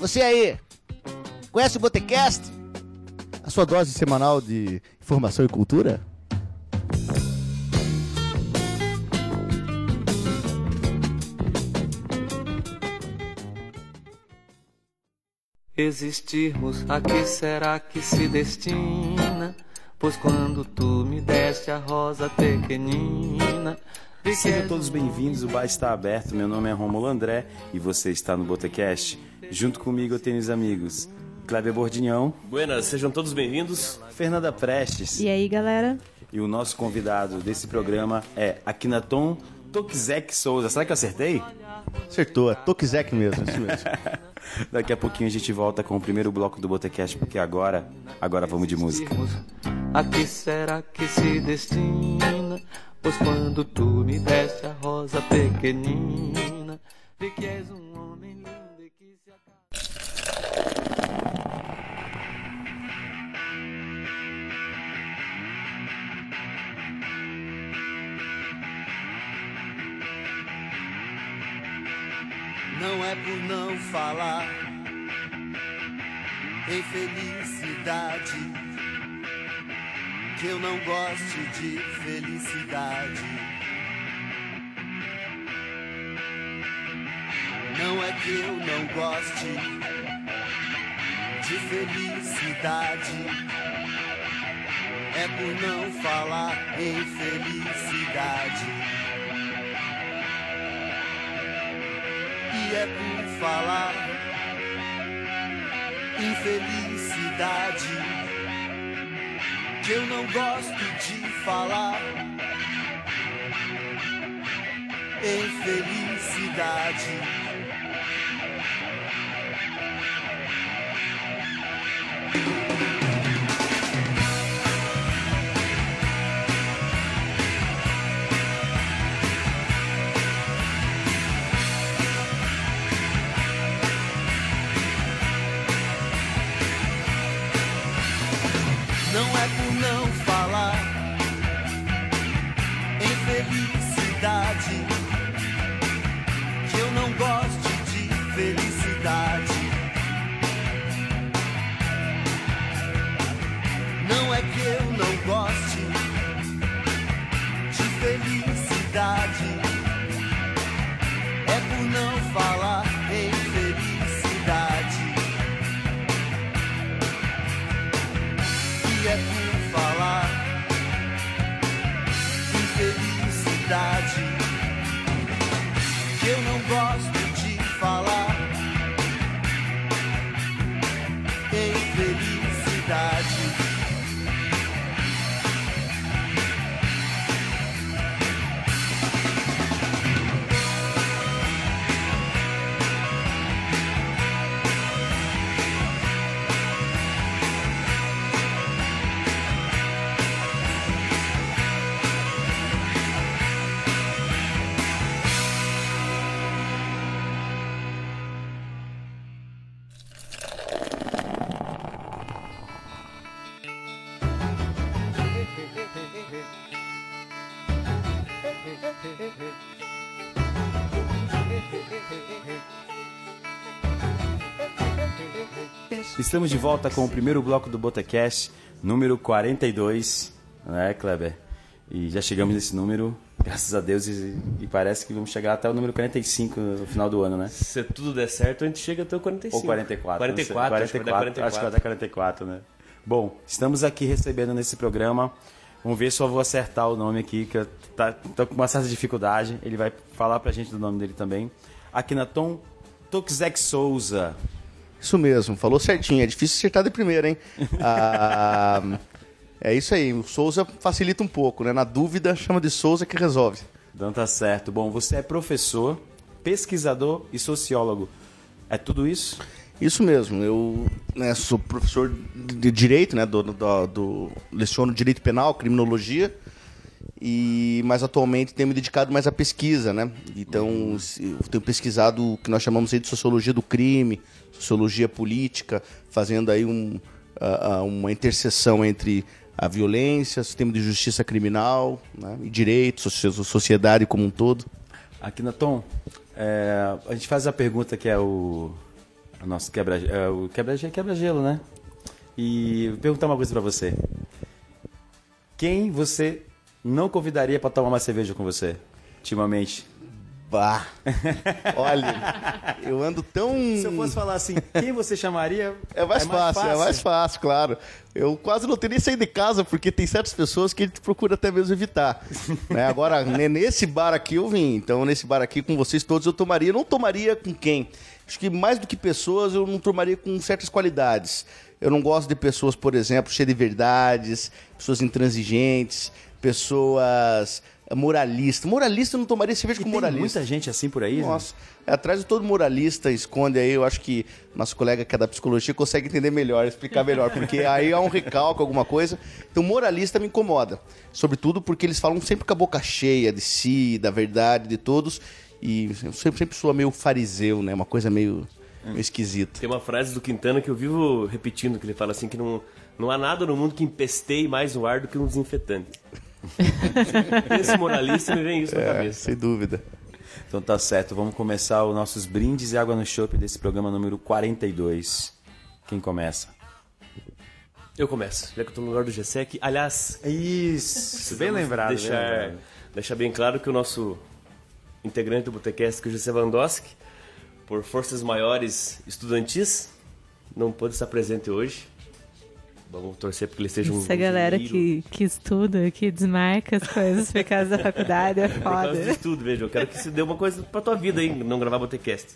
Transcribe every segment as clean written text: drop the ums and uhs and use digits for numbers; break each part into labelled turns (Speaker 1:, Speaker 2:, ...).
Speaker 1: Você aí, conhece o Botecast? A sua dose semanal de informação e cultura?
Speaker 2: Existirmos, a que será que se destina? Pois quando tu me deste a rosa pequenina...
Speaker 3: Sejam todos bem-vindos, o bar está aberto. Meu nome é Rômulo André e você está no Botecast. Junto comigo eu tenho os amigos Kleber Bordignon.
Speaker 4: Buenas, sejam todos bem-vindos.
Speaker 3: Fernanda Prestes.
Speaker 5: E aí, galera?
Speaker 3: E o nosso convidado desse programa é Akhenaton Tokizek Souza. Será que eu acertei?
Speaker 1: Acertou, é Tokizek mesmo, isso mesmo.
Speaker 3: Daqui a pouquinho a gente volta com o primeiro bloco do Botecast, porque agora vamos de música.
Speaker 2: A que será que se destina? Pois quando tu me deste a rosa pequenina, vi que és um homem lindo e que se acaba.
Speaker 6: Não é por não falar em felicidade que eu não goste de felicidade. Não é que eu não goste de felicidade, é por não falar em felicidade. E é por falar em felicidade que eu não gosto de falar em felicidade. Não é por não falar em felicidade que eu não gosto de felicidade. Não é que eu não goste de felicidade, é por não falar em felicidade. É por falar em felicidade que eu não gosto de falar em felicidade.
Speaker 3: Estamos de volta com o primeiro bloco do Botecast, número 42, não é, Kleber? E já chegamos nesse número, graças a Deus, e parece que vamos chegar até o número 45 no final do ano, né?
Speaker 4: Se tudo der certo, a gente chega até o 45.
Speaker 3: Ou 44.
Speaker 4: 44,
Speaker 3: acho que vai dar 44, né? Bom, estamos aqui recebendo nesse programa, vamos ver se eu vou acertar o nome aqui, que eu tô com uma certa dificuldade, ele vai falar pra gente do nome dele também. Akhenaton Tokizek Souza.
Speaker 1: Isso mesmo, falou certinho. É difícil acertar de primeira, hein? É isso aí, o Souza facilita um pouco, né? Na dúvida, chama de Souza que resolve.
Speaker 3: Então tá certo. Bom, você é professor, pesquisador e sociólogo. É tudo isso?
Speaker 1: Isso mesmo. Eu sou professor de Direito, né? Leciono Direito Penal, Criminologia. Mas atualmente tenho me dedicado mais à pesquisa, né? Então, eu tenho pesquisado o que nós chamamos aí de sociologia do crime, sociologia política, fazendo aí uma interseção entre a violência, sistema de justiça criminal, né? E direito, sociedade como um todo.
Speaker 3: Akhenaton, a gente faz a pergunta que é O nosso o quebra-gelo, né? E vou perguntar uma coisa pra você. Quem você não convidaria pra tomar uma cerveja com você, ultimamente?
Speaker 1: Bah. Olha, eu ando tão...
Speaker 3: Se eu fosse falar assim, quem você chamaria?
Speaker 1: É mais fácil, claro. Eu quase não teria saído de casa, porque tem certas pessoas que a gente procura até mesmo evitar. Né? Agora, nesse bar aqui eu vim. Então, nesse bar aqui com vocês todos eu tomaria. Eu não tomaria com quem? Acho que mais do que pessoas, eu não tomaria com certas qualidades. Eu não gosto de pessoas, por exemplo, cheias de verdades, pessoas intransigentes, pessoas... moralista. Moralista eu não tomaria cerveja com moralista.
Speaker 3: Tem muita gente assim por aí,
Speaker 1: Nossa. Né? Atrás de todo moralista esconde aí, eu acho que nosso colega que é da psicologia consegue entender melhor, explicar melhor, porque aí há um recalque, alguma coisa. Então moralista me incomoda. Sobretudo porque eles falam sempre com a boca cheia de si, da verdade de todos. E eu sempre sou meio fariseu, né? Uma coisa meio esquisita.
Speaker 4: Tem uma frase do Quintana que eu vivo repetindo, que ele fala assim que não há nada no mundo que empesteie mais o ar do que um desinfetante. Esse moralista me vem isso na cabeça.
Speaker 1: Sem dúvida.
Speaker 3: Então tá certo, vamos começar os nossos brindes e água no chopp desse programa número 42. Quem começa?
Speaker 4: Eu começo, já que eu tô no lugar do GSEC. Aliás,
Speaker 3: isso, bem lembrado.
Speaker 4: Deixar bem claro que o nosso integrante do Botecast, que é o Gessé Vandowski, por forças maiores estudantis, não pôde estar presente hoje. Vamos torcer porque ele seja um...
Speaker 5: Essa galera que estuda, que desmarca as coisas por causa da faculdade é foda.
Speaker 4: Por causa do estudo, veja. Eu quero que você dê uma coisa pra tua vida aí, não gravar Botecast.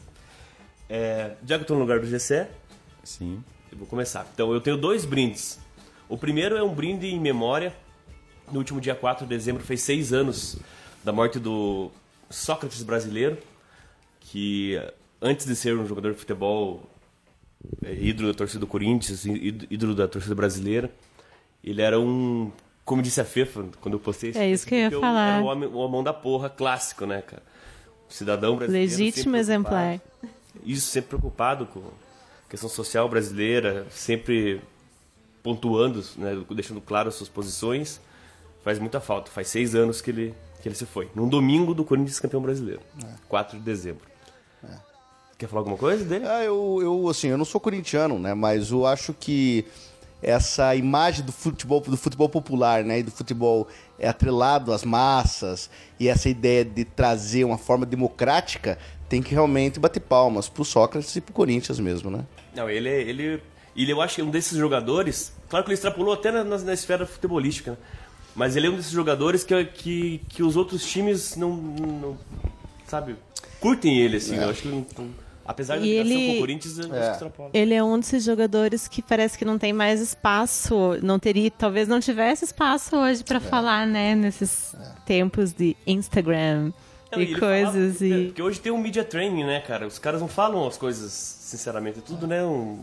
Speaker 4: Já que eu tô no lugar do Gessé,
Speaker 3: sim,
Speaker 4: eu vou começar. Então, eu tenho 2 brindes. O primeiro é um brinde em memória. No último dia 4 de dezembro, fez 6 anos da morte do Sócrates brasileiro, que antes de ser um jogador de futebol... ídolo da torcida do Corinthians, ídolo da torcida brasileira. Ele era como disse a Fefa quando eu postei isso.
Speaker 5: É isso que eu ia falar.
Speaker 4: Era um homão da porra clássico, né, cara? Cidadão brasileiro.
Speaker 5: Legítimo exemplar.
Speaker 4: Isso, sempre preocupado com a questão social brasileira, sempre pontuando, né, deixando claro as suas posições. Faz muita falta. Faz 6 anos que ele se foi. Num domingo do Corinthians campeão brasileiro. 4 de dezembro. Quer falar alguma coisa dele?
Speaker 1: Eu não sou corintiano, né? Mas eu acho que essa imagem do futebol popular, né? E do futebol atrelado às massas, e essa ideia de trazer uma forma democrática, tem que realmente bater palmas pro Sócrates e pro Corinthians mesmo, né?
Speaker 4: Não, ele eu acho que é um desses jogadores, claro que ele extrapolou até na esfera futebolística, né? Mas ele é um desses jogadores que os outros times não sabe, curtem ele, assim. Eu acho que apesar da ligação com o Corinthians, acho que extrapola.
Speaker 5: Ele é um desses jogadores que parece que não tem mais espaço, talvez não tivesse espaço hoje para falar, né, nesses tempos de Instagram e coisas.
Speaker 4: Porque hoje tem um media training, né, cara? Os caras não falam as coisas, sinceramente, é tudo, né, um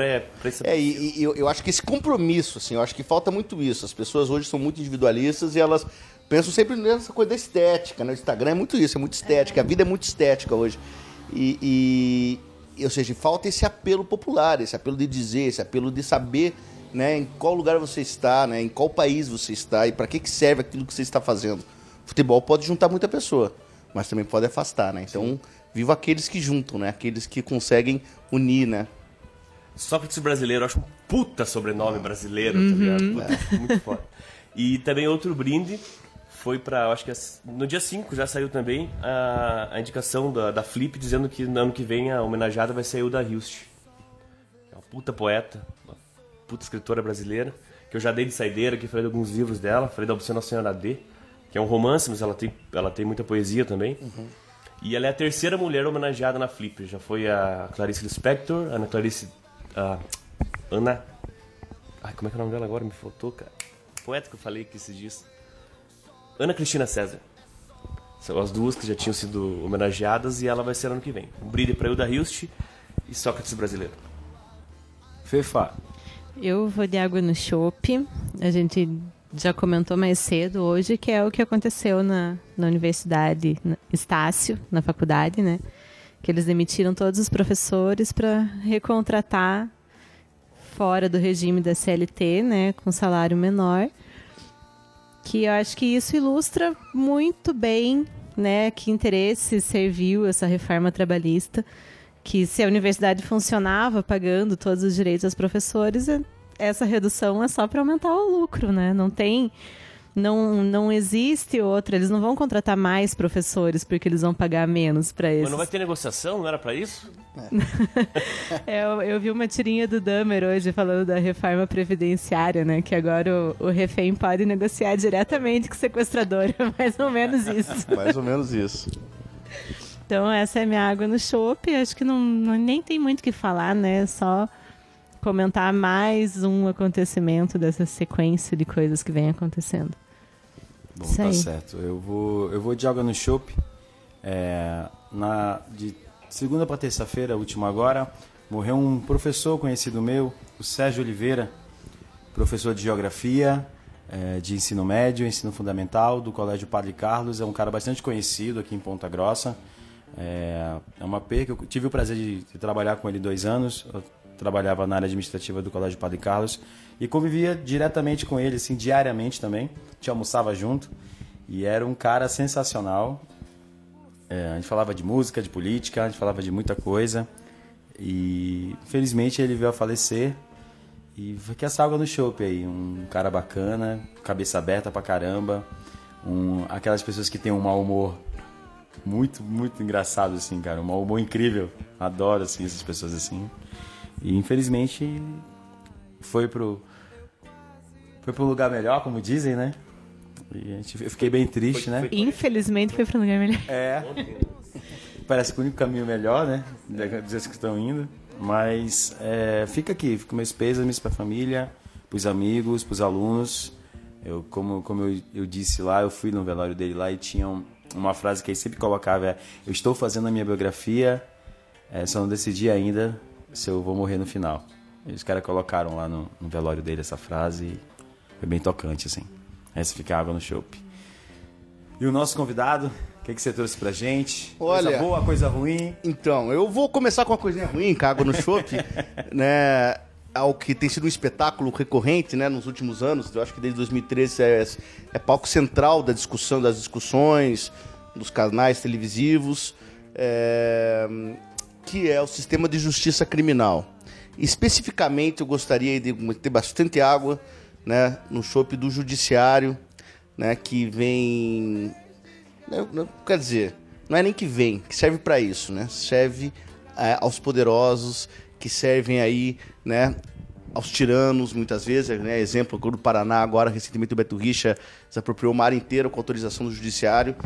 Speaker 1: e eu acho que esse compromisso, assim, eu acho que falta muito isso. As pessoas hoje são muito individualistas e elas pensam sempre nessa coisa da estética, né? O Instagram é muito isso, é muito estética, a vida é muito estética hoje. Ou seja, falta esse apelo popular, esse apelo de dizer, esse apelo de saber, né, em qual lugar você está, né, em qual país você está e para que serve aquilo que você está fazendo. Futebol pode juntar muita pessoa, mas também pode afastar, né? Então, viva aqueles que juntam, né? Aqueles que conseguem unir, né?
Speaker 4: Sócrates brasileiro, eu acho um puta sobrenome brasileiro, tá ligado? Puta, muito foda. E também outro brinde foi para, acho que no dia 5 já saiu também a indicação da Flip, dizendo que no ano que vem a homenageada vai ser a Hilda Hilst. É uma puta poeta, uma puta escritora brasileira, que eu já dei de saideira, que falei de alguns livros dela, falei da Obsessão Senhora D, que é um romance, mas ela tem muita poesia também. E ela é a 3ª mulher homenageada na Flip. Já foi a Clarice Lispector, Ana... Ai, como é que é o nome dela agora? Me faltou, cara. Poeta que eu falei que esses dias... Ana Cristina César. São as duas que já tinham sido homenageadas e ela vai ser ano que vem. Um brinde para Hilda Hilst e Sócrates brasileiro.
Speaker 3: Fefa.
Speaker 5: Eu vou de água no chopp. A gente já comentou mais cedo hoje, que é o que aconteceu na Universidade Estácio, na faculdade, né? Que eles demitiram todos os professores para recontratar fora do regime da CLT, né? Com salário menor. Que eu acho que isso ilustra muito bem, né, que interesse serviu essa reforma trabalhista, que se a universidade funcionava pagando todos os direitos aos professores, essa redução é só para aumentar o lucro, né? Não existe outra, eles não vão contratar mais professores porque eles vão pagar menos para eles.
Speaker 4: Mas não vai ter negociação, não era para isso?
Speaker 5: Eu vi uma tirinha do Dahmer hoje falando da reforma previdenciária, né? Que agora o refém pode negociar diretamente com o sequestrador. É mais ou menos isso.
Speaker 1: Mais ou menos isso.
Speaker 5: Então essa é minha água no chopp. Acho que nem tem muito o que falar, né? Só comentar mais um acontecimento dessa sequência de coisas que vem acontecendo.
Speaker 3: Bom,
Speaker 5: Isso
Speaker 3: tá
Speaker 5: aí.
Speaker 3: certo. Eu vou de água no chopp. De segunda para terça-feira, última agora, morreu um professor conhecido meu, o Sérgio Oliveira, professor de geografia, de ensino médio, ensino fundamental, do Colégio Padre Carlos. É um cara bastante conhecido aqui em Ponta Grossa. É uma perca. Eu tive o prazer de trabalhar com ele 2 anos. Eu trabalhava na área administrativa do Colégio Padre Carlos e convivia diretamente com ele, assim, diariamente também. A gente almoçava junto e era um cara sensacional. A gente falava de música, de política, a gente falava de muita coisa e infelizmente ele veio a falecer. E foi que essa água no chopp aí, um cara bacana, cabeça aberta pra caramba, aquelas pessoas que têm um mau humor muito, muito engraçado, assim, cara, um mau humor incrível. Adoro, assim, essas pessoas assim. E infelizmente foi pro lugar melhor, como dizem, né? E eu fiquei bem triste, né?
Speaker 5: Infelizmente foi para um lugar melhor.
Speaker 3: Parece que o único caminho melhor, né? Dos que estão indo. Mas fica aqui, fica meus pêsames pra família, pros amigos, pros alunos. Como eu disse lá, eu fui no velório dele lá e tinha uma frase que ele sempre colocava: eu estou fazendo a minha biografia, só não decidi ainda se eu vou morrer no final. E os caras colocaram lá no velório dele essa frase e foi bem tocante, assim. Essa fica água no chopp. E o nosso convidado, o que você trouxe pra gente?
Speaker 1: Olha,
Speaker 3: coisa boa, coisa ruim?
Speaker 1: Então, eu vou começar com uma coisinha ruim, com a água no chopp, né? Algo que tem sido um espetáculo recorrente, né, nos últimos anos. Eu acho que desde 2013 é palco central das discussões, dos canais televisivos, que é o sistema de justiça criminal. Especificamente, eu gostaria de ter bastante água, né, no chopp do judiciário, né, que vem... Quer dizer, não é nem que vem, que serve para isso, né? Serve aos poderosos, que servem aí, né, aos tiranos, muitas vezes, né? Exemplo, do Paraná, agora, recentemente o Beto Richa desapropriou uma área inteira com autorização do judiciário.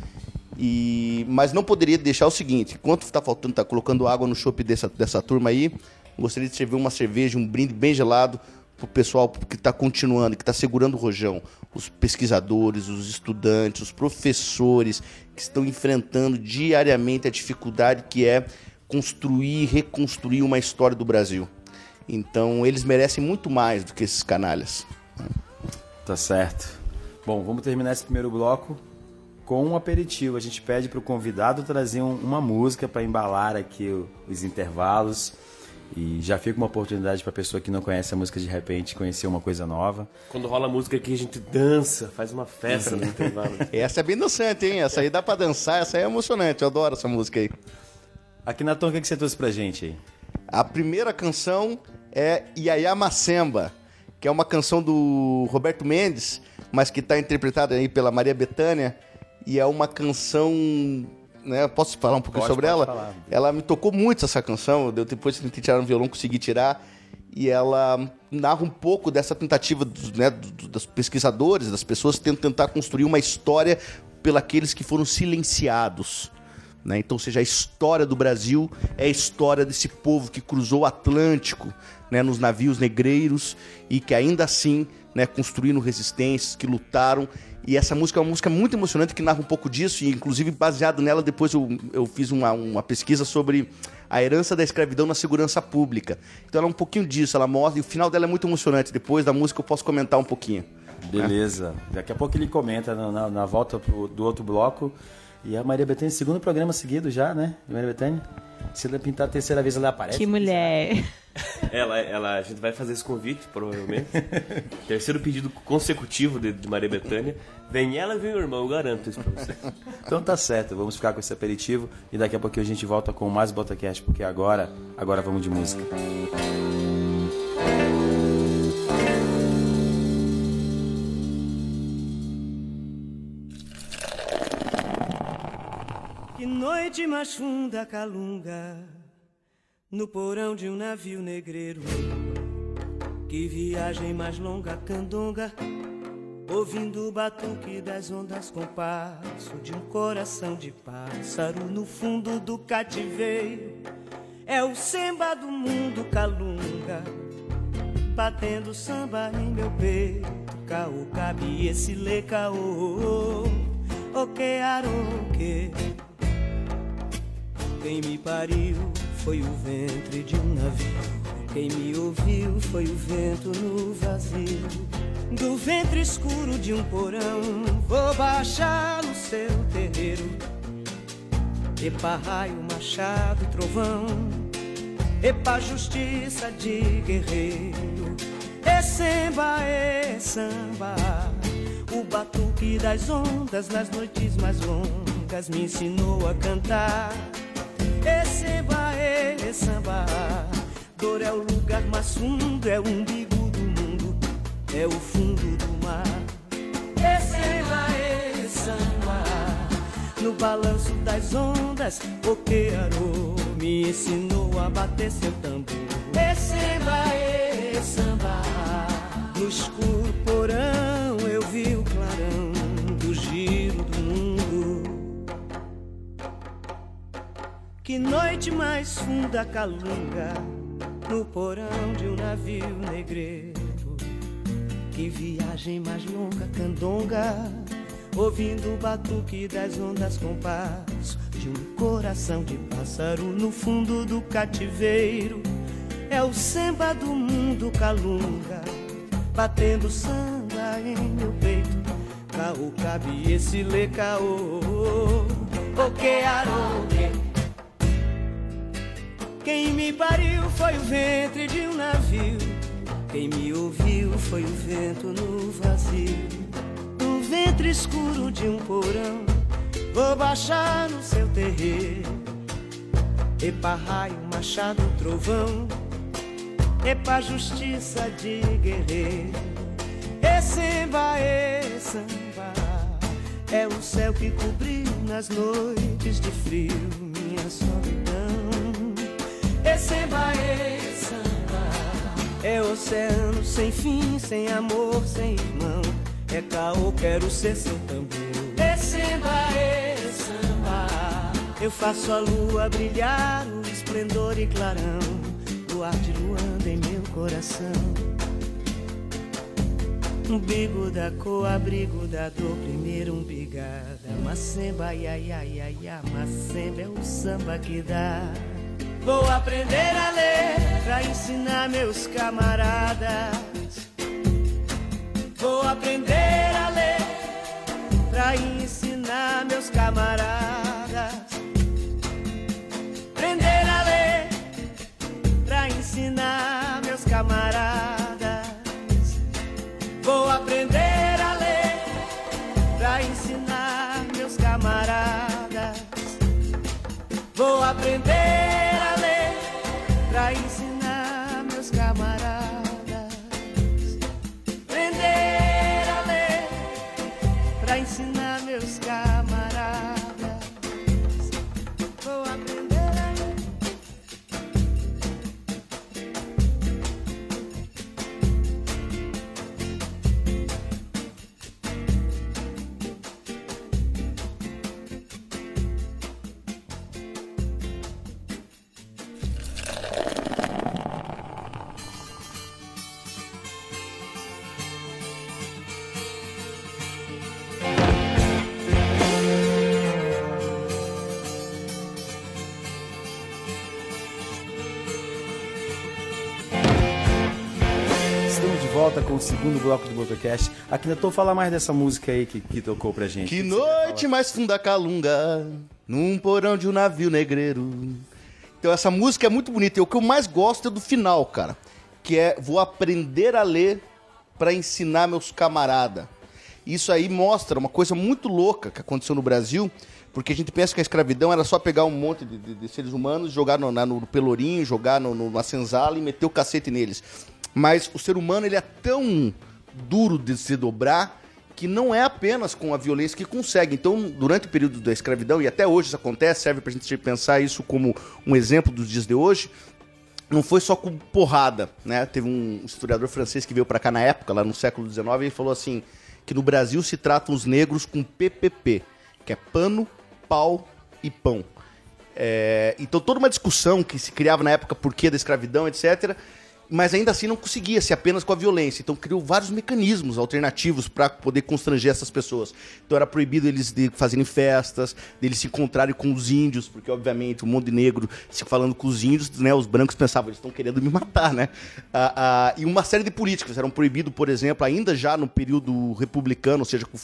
Speaker 1: Mas não poderia deixar o seguinte: enquanto está faltando, está colocando água no chopp dessa turma aí, gostaria de servir uma cerveja, um brinde bem gelado pro pessoal que está continuando, que está segurando o rojão, os pesquisadores, os estudantes, os professores que estão enfrentando diariamente a dificuldade que é construir e reconstruir uma história do Brasil. Então, eles merecem muito mais do que esses canalhas.
Speaker 3: Tá certo. Bom, vamos terminar esse primeiro bloco com um aperitivo. A gente pede para o convidado trazer uma música para embalar aqui os intervalos. E já fica uma oportunidade para a pessoa que não conhece a música, de repente conhecer uma coisa nova.
Speaker 4: Quando rola música aqui, a gente dança, faz uma festa no intervalo.
Speaker 1: Essa é bem dançante, hein? Essa aí dá para dançar, essa aí é emocionante. Eu adoro essa música aí.
Speaker 3: Aqui na Tom, o que você trouxe pra gente aí?
Speaker 1: A primeira canção é Iaiá Macemba, que é uma canção do Roberto Mendes, mas que está interpretada aí pela Maria Bethânia. E é uma canção... né? Posso falar um pouquinho sobre ela?
Speaker 3: Falar.
Speaker 1: Ela me tocou muito, essa canção. Eu depois tentei tirar no violão, consegui tirar. E ela narra um pouco dessa tentativa dos pesquisadores, das pessoas que tentar construir uma história pelos que foram silenciados. Né? Então, ou seja, a história do Brasil é a história desse povo que cruzou o Atlântico, né, nos navios negreiros e que ainda assim, né, construíram resistências, que lutaram. E essa música é uma música muito emocionante que narra um pouco disso, e inclusive baseado nela depois eu fiz uma pesquisa sobre a herança da escravidão na segurança pública. Então ela é um pouquinho disso, ela mostra, e o final dela é muito emocionante. Depois da música eu posso comentar um pouquinho.
Speaker 3: Beleza. Daqui a pouco ele comenta na volta do outro bloco. E a Maria Bethânia, segundo programa seguido já, né? Maria Bethânia, se ela pintar a terceira vez, ela aparece.
Speaker 5: Que mulher.
Speaker 4: A gente vai fazer esse convite, provavelmente. Terceiro pedido consecutivo de Maria Bethânia. Vem ela e vem o irmão, eu garanto isso pra você.
Speaker 3: Então tá certo, vamos ficar com esse aperitivo e daqui a pouquinho a gente volta com mais BotaCast, porque agora vamos de música.
Speaker 6: Que noite mais funda calunga no porão de um navio negreiro. Que viagem mais longa candonga, ouvindo o batuque das ondas com passo de um coração de pássaro no fundo do cativeiro. É o samba do mundo calunga, batendo samba em meu peito. Caô, cabe esse lê, caô, o que aroque. Quem me pariu foi o ventre de um navio. Quem me ouviu foi o vento no vazio. Do ventre escuro de um porão vou baixar no seu terreiro. Epa raio, machado, trovão. Epa justiça de guerreiro. É samba, é samba. O batuque das ondas nas noites mais longas me ensinou a cantar. É samba, dor é o lugar mais fundo, é o umbigo do mundo, é o fundo do mar. É samba, no balanço das ondas, o que arou me ensinou a bater seu tambor. É samba, no escuro porão eu vi o clarão do giro do mundo. Que noite mais funda calunga no porão de um navio negreiro. Que viagem mais longa candonga, ouvindo o batuque das ondas com passo de um coração de pássaro no fundo do cativeiro. É o samba do mundo calunga, batendo samba em meu peito. Caô, cabe esse lê, caô, o que aroque. Quem me pariu foi o ventre de um navio. Quem me ouviu foi o vento no vazio. No ventre escuro de um porão vou baixar no seu terreiro. Epa raio, machado, trovão. Epa justiça de guerreiro. É samba, é o céu que cobriu nas noites de frio minha solidão. É samba, é oceano sem fim, sem amor, sem irmão. É caô, quero ser seu tambor. É samba, eu faço a lua brilhar, o esplendor e clarão, luar de luanda em meu coração. Umbigo da cor, abrigo da dor, primeiro umbigada. Macemba, ia, macemba é o samba que dá. Vou aprender a ler pra ensinar meus camaradas. Vou aprender a ler pra ensinar meus camaradas. Aprender a ler pra ensinar meus camaradas. Vou aprender a ler pra ensinar meus camaradas. Vou aprender a ler pra ensinar meus camaradas. Aprender a ler pra ensinar meus camaradas. Vou aprender a ler.
Speaker 3: volta com o segundo bloco do Motocast. Akinator, fala mais dessa música aí que tocou pra gente.
Speaker 1: Que noite mais funda calunga, num porão de um navio negreiro. Então essa música é muito bonita. E o que eu mais gosto é do final, cara. Que é, vou aprender a ler pra ensinar meus camaradas. Isso aí mostra uma coisa muito louca que aconteceu no Brasil, porque a gente pensa que a escravidão era só pegar um monte de seres humanos, jogar no pelourinho, jogar na senzala e meter o cacete neles. Mas o ser humano ele é tão duro de se dobrar que não é apenas com a violência que consegue. Então, durante o período da escravidão, e até hoje isso acontece, serve pra gente pensar isso como um exemplo dos dias de hoje, não foi só com porrada, né? Teve um historiador francês que veio pra cá na época, lá no século XIX, e ele falou assim, que no Brasil se tratam os negros com PPP, que é pano, pau e pão. Então toda uma discussão que se criava na época por que da escravidão, etc., mas ainda assim não conseguia-se apenas com a violência. Então criou vários mecanismos alternativos para poder constranger essas pessoas. Então era proibido eles de fazerem festas, deles se encontrarem com os índios, porque obviamente um monte de negro se falando com os índios, né, os brancos pensavam, eles estão querendo me matar, né? E uma série de políticas eram proibidos, por exemplo, ainda já no período republicano, ou seja, com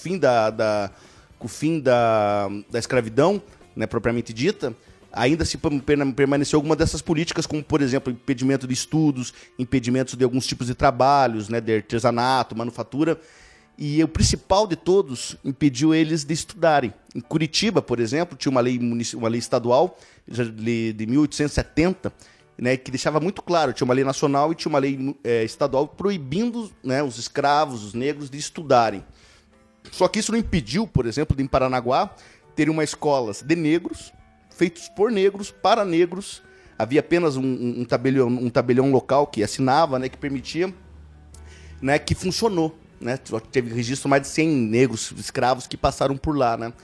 Speaker 1: o fim da escravidão, né, propriamente dita, ainda se permaneceu alguma dessas políticas, como, por exemplo, impedimento de estudos, impedimentos de alguns tipos de trabalhos, né, de artesanato, manufatura, e o principal de todos impediu eles de estudarem. Em Curitiba, por exemplo, tinha uma lei estadual, de 1870, né, que deixava muito claro, tinha uma lei nacional e tinha uma lei estadual proibindo, né, os escravos, os negros, de estudarem. Só que isso não impediu, por exemplo, de em Paranaguá, ter uma escola de negros, feitos por negros, para negros. Havia apenas um tabelião local que assinava, né, que permitia, né, que funcionou. Né, teve registro mais de 100 negros escravos que passaram por lá. Né?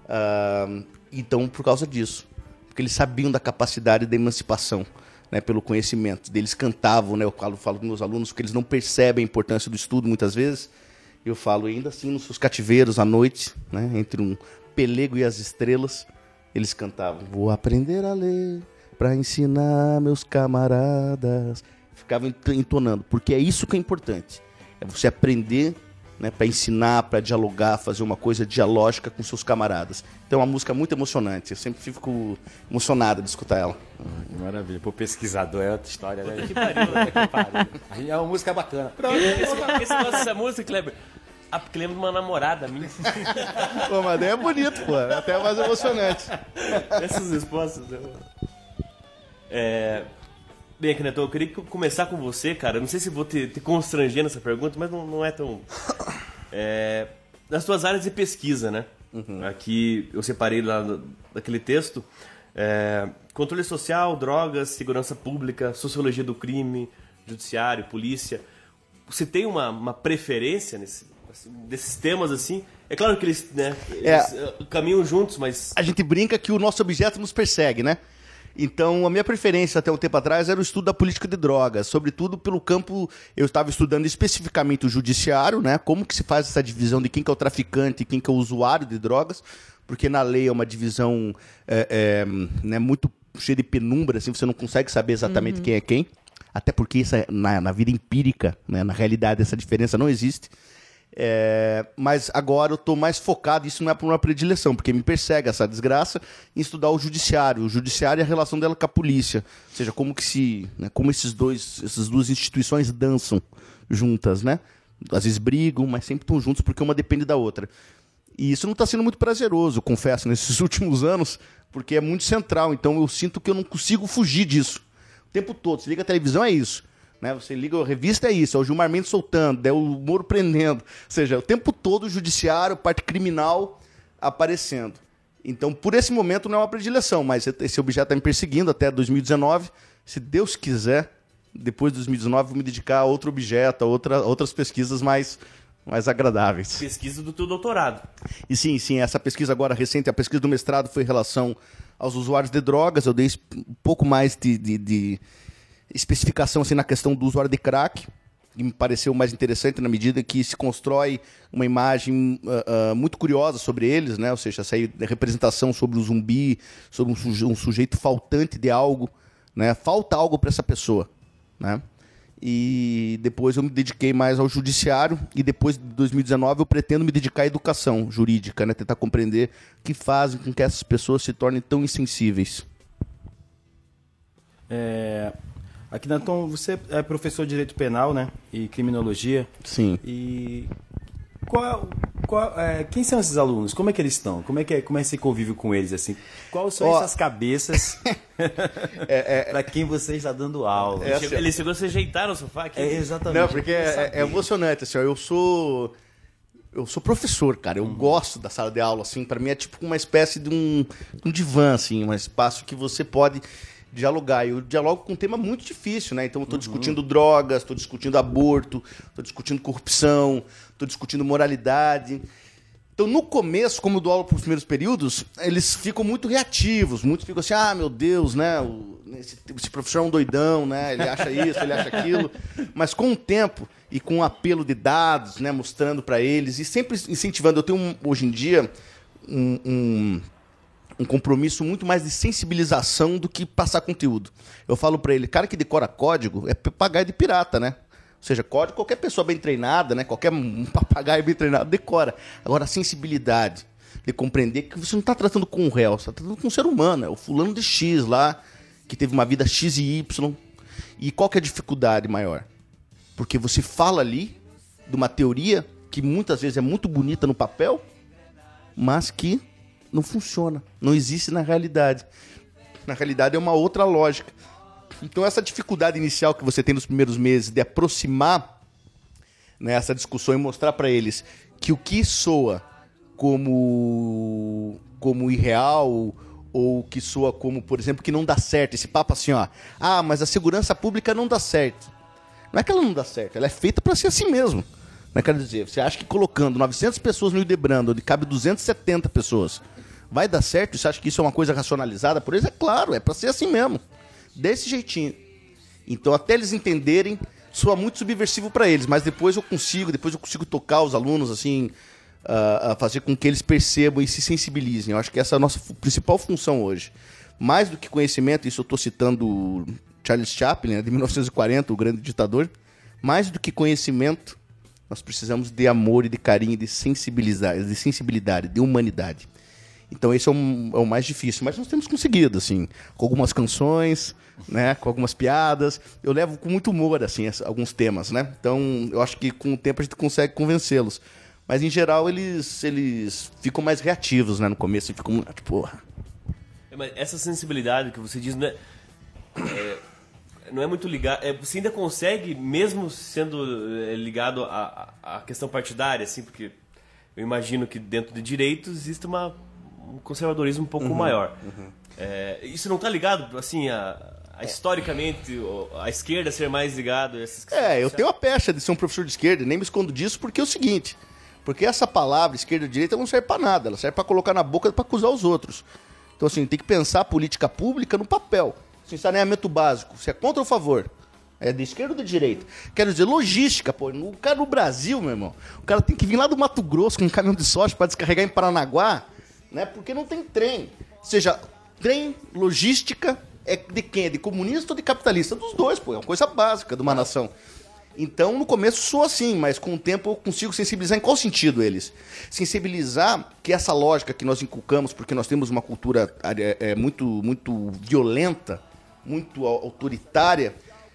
Speaker 1: Então, por causa disso. Porque eles sabiam da capacidade da emancipação, né, pelo conhecimento. Eles cantavam, né, eu falo com meus alunos, que eles não percebem a importância do estudo muitas vezes. Eu falo, ainda assim, nos seus cativeiros à noite, né, entre um pelego e as estrelas, eles cantavam, vou aprender a ler para ensinar meus camaradas. Ficavam entonando, porque é isso que é importante. É você aprender, né, para ensinar, para dialogar, fazer uma coisa dialógica com seus camaradas. Então é uma música muito emocionante. Eu sempre fico emocionado de escutar ela.
Speaker 3: Que maravilha. Pô, pesquisador é outra história, né?
Speaker 4: Que pariu.
Speaker 3: É uma música bacana.
Speaker 4: Esse negócio dessa música, Kleber... porque lembra de uma namorada minha.
Speaker 1: Pô, mas daí é bonito, pô. É até mais emocionante.
Speaker 4: Essas respostas. Bem, Akinator, eu queria começar com você, cara. Não sei se vou te constranger nessa pergunta, mas não é tão... nas tuas áreas de pesquisa, né? Uhum. Aqui eu separei lá daquele texto. Controle social, drogas, segurança pública, sociologia do crime, judiciário, polícia. Você tem uma preferência desses temas, assim? É claro que eles, né, eles caminham juntos, mas...
Speaker 1: A gente brinca que o nosso objeto nos persegue, né? Então, a minha preferência até um tempo atrás era o estudo da política de drogas, sobretudo pelo campo... Eu estava estudando especificamente o judiciário, né? Como que se faz essa divisão de quem que é o traficante e quem que é o usuário de drogas, porque na lei é uma divisão né, muito cheia de penumbra, assim, você não consegue saber exatamente quem é quem. Até porque isso na vida empírica, né, na realidade, essa diferença não existe. Mas agora eu estou mais focado, isso não é por uma predileção, porque me persegue essa desgraça, em estudar o judiciário. O judiciário e a relação dela com a polícia. Ou seja, como que como essas duas instituições dançam juntas, né? Às vezes brigam, mas sempre estão juntos porque uma depende da outra. E isso não está sendo muito prazeroso, confesso, nesses últimos anos, porque é muito central. Então eu sinto que eu não consigo fugir disso. O tempo todo. Você liga a televisão, é isso. Né? Você liga a revista, é isso. É o Gilmar Mendes soltando, é o Moro prendendo. Ou seja, o tempo todo o judiciário, parte criminal aparecendo. Então, por esse momento, não é uma predileção, mas esse objeto está me perseguindo até 2019. Se Deus quiser, depois de 2019, vou me dedicar a outro objeto, a outras pesquisas mais agradáveis.
Speaker 4: Pesquisa do teu doutorado.
Speaker 1: E sim, essa pesquisa agora recente, a pesquisa do mestrado foi em relação aos usuários de drogas. Eu dei um pouco mais de especificação assim, na questão do usuário de crack, que me pareceu mais interessante na medida que se constrói uma imagem muito curiosa sobre eles, né? Ou seja, essa representação sobre o zumbi, sobre um sujeito faltante de algo, né? Falta algo para essa pessoa, né? E depois eu me dediquei mais ao judiciário. E depois de 2019 eu pretendo me dedicar à educação jurídica, né? Tentar compreender o que fazem com que essas pessoas se tornem tão insensíveis.
Speaker 3: Aqui, Danton, você é professor de Direito Penal, né? E Criminologia.
Speaker 1: Sim.
Speaker 3: E quem são esses alunos? Como é que eles estão? Como é que você convive com eles, assim? Quais são essas cabeças para quem você está dando aula?
Speaker 4: Ele chegou a se ajeitar no sofá aqui.
Speaker 3: Exatamente.
Speaker 1: Não, porque é emocionante, assim, ó, eu sou professor, cara, eu gosto da sala de aula, assim, para mim é tipo uma espécie de um divã, assim, um espaço que você pode dialogar. Eu dialogo com um tema muito difícil, né? Então eu estou discutindo drogas, estou discutindo aborto, estou discutindo corrupção, estou discutindo moralidade. Então, no começo, como eu dou aula para os primeiros períodos, eles ficam muito reativos. Muitos ficam assim, meu Deus, né? Esse professor é um doidão, né? Ele acha isso, ele acha aquilo. Mas com o tempo e com o apelo de dados, né? Mostrando para eles e sempre incentivando. Eu tenho, hoje em dia, um compromisso muito mais de sensibilização do que passar conteúdo. Eu falo para ele, cara que decora código é papagaio de pirata, né? Ou seja, código, qualquer pessoa bem treinada, né? Qualquer papagaio bem treinado decora. Agora, a sensibilidade de compreender que você não está tratando com um réu, você está tratando com um ser humano. É o fulano de X lá, que teve uma vida X e Y. E qual que é a dificuldade maior? Porque você fala ali de uma teoria que muitas vezes é muito bonita no papel, mas que não funciona, não existe na realidade. Na realidade é uma outra lógica. Então essa dificuldade inicial que você tem nos primeiros meses de aproximar, né, essa discussão e mostrar para eles que o que soa como irreal ou que soa como, por exemplo, que não dá certo, esse papo assim, mas a segurança pública não dá certo. Não é que ela não dá certo, ela é feita para ser assim mesmo. Não quero dizer, você acha que colocando 900 pessoas no Hildebrando, onde cabe 270 pessoas, vai dar certo? Você acha que isso é uma coisa racionalizada por eles? É claro, é para ser assim mesmo. Desse jeitinho. Então, até eles entenderem, soa muito subversivo para eles, mas depois eu consigo tocar os alunos, assim, a fazer com que eles percebam e se sensibilizem. Eu acho que essa é a nossa principal função hoje. Mais do que conhecimento, isso eu estou citando Charles Chaplin, né, de 1940, o grande ditador, mais do que conhecimento, nós precisamos de amor e de carinho, de sensibilidade, de humanidade. Então esse é o mais difícil, mas nós temos conseguido, assim, com algumas canções, né, com algumas piadas. Eu levo com muito humor, assim, alguns temas, né? Então eu acho que com o tempo a gente consegue convencê-los. Mas em geral eles ficam mais reativos, né? No começo ficam muito, porra.
Speaker 4: Mas essa sensibilidade que você diz, né, não é muito ligado. Você ainda consegue, mesmo sendo ligado à questão partidária, assim, porque eu imagino que dentro de direito existe um conservadorismo um pouco maior. Isso não está ligado, assim, historicamente, a esquerda ser mais ligado a essas questões?
Speaker 1: Eu tenho a pecha de ser um professor de esquerda, nem me escondo disso, porque é o seguinte, porque essa palavra esquerda e direita não serve para nada, ela serve para colocar na boca para acusar os outros. Então, assim, tem que pensar a política pública no papel. Assim, saneamento básico, você é contra ou a favor? É de esquerda ou de direita? Quero dizer, logística, pô. O cara no Brasil, meu irmão, o cara tem que vir lá do Mato Grosso com um caminhão de soja para descarregar em Paranaguá, né? Porque não tem trem. Ou seja, trem, logística, é de quem? É de comunista ou de capitalista? Dos dois, pô. É uma coisa básica de uma nação. Então, no começo sou assim, mas com o tempo eu consigo sensibilizar em qual sentido eles? Sensibilizar que essa lógica que nós inculcamos, porque nós temos uma cultura muito, muito violenta, muito autoritária,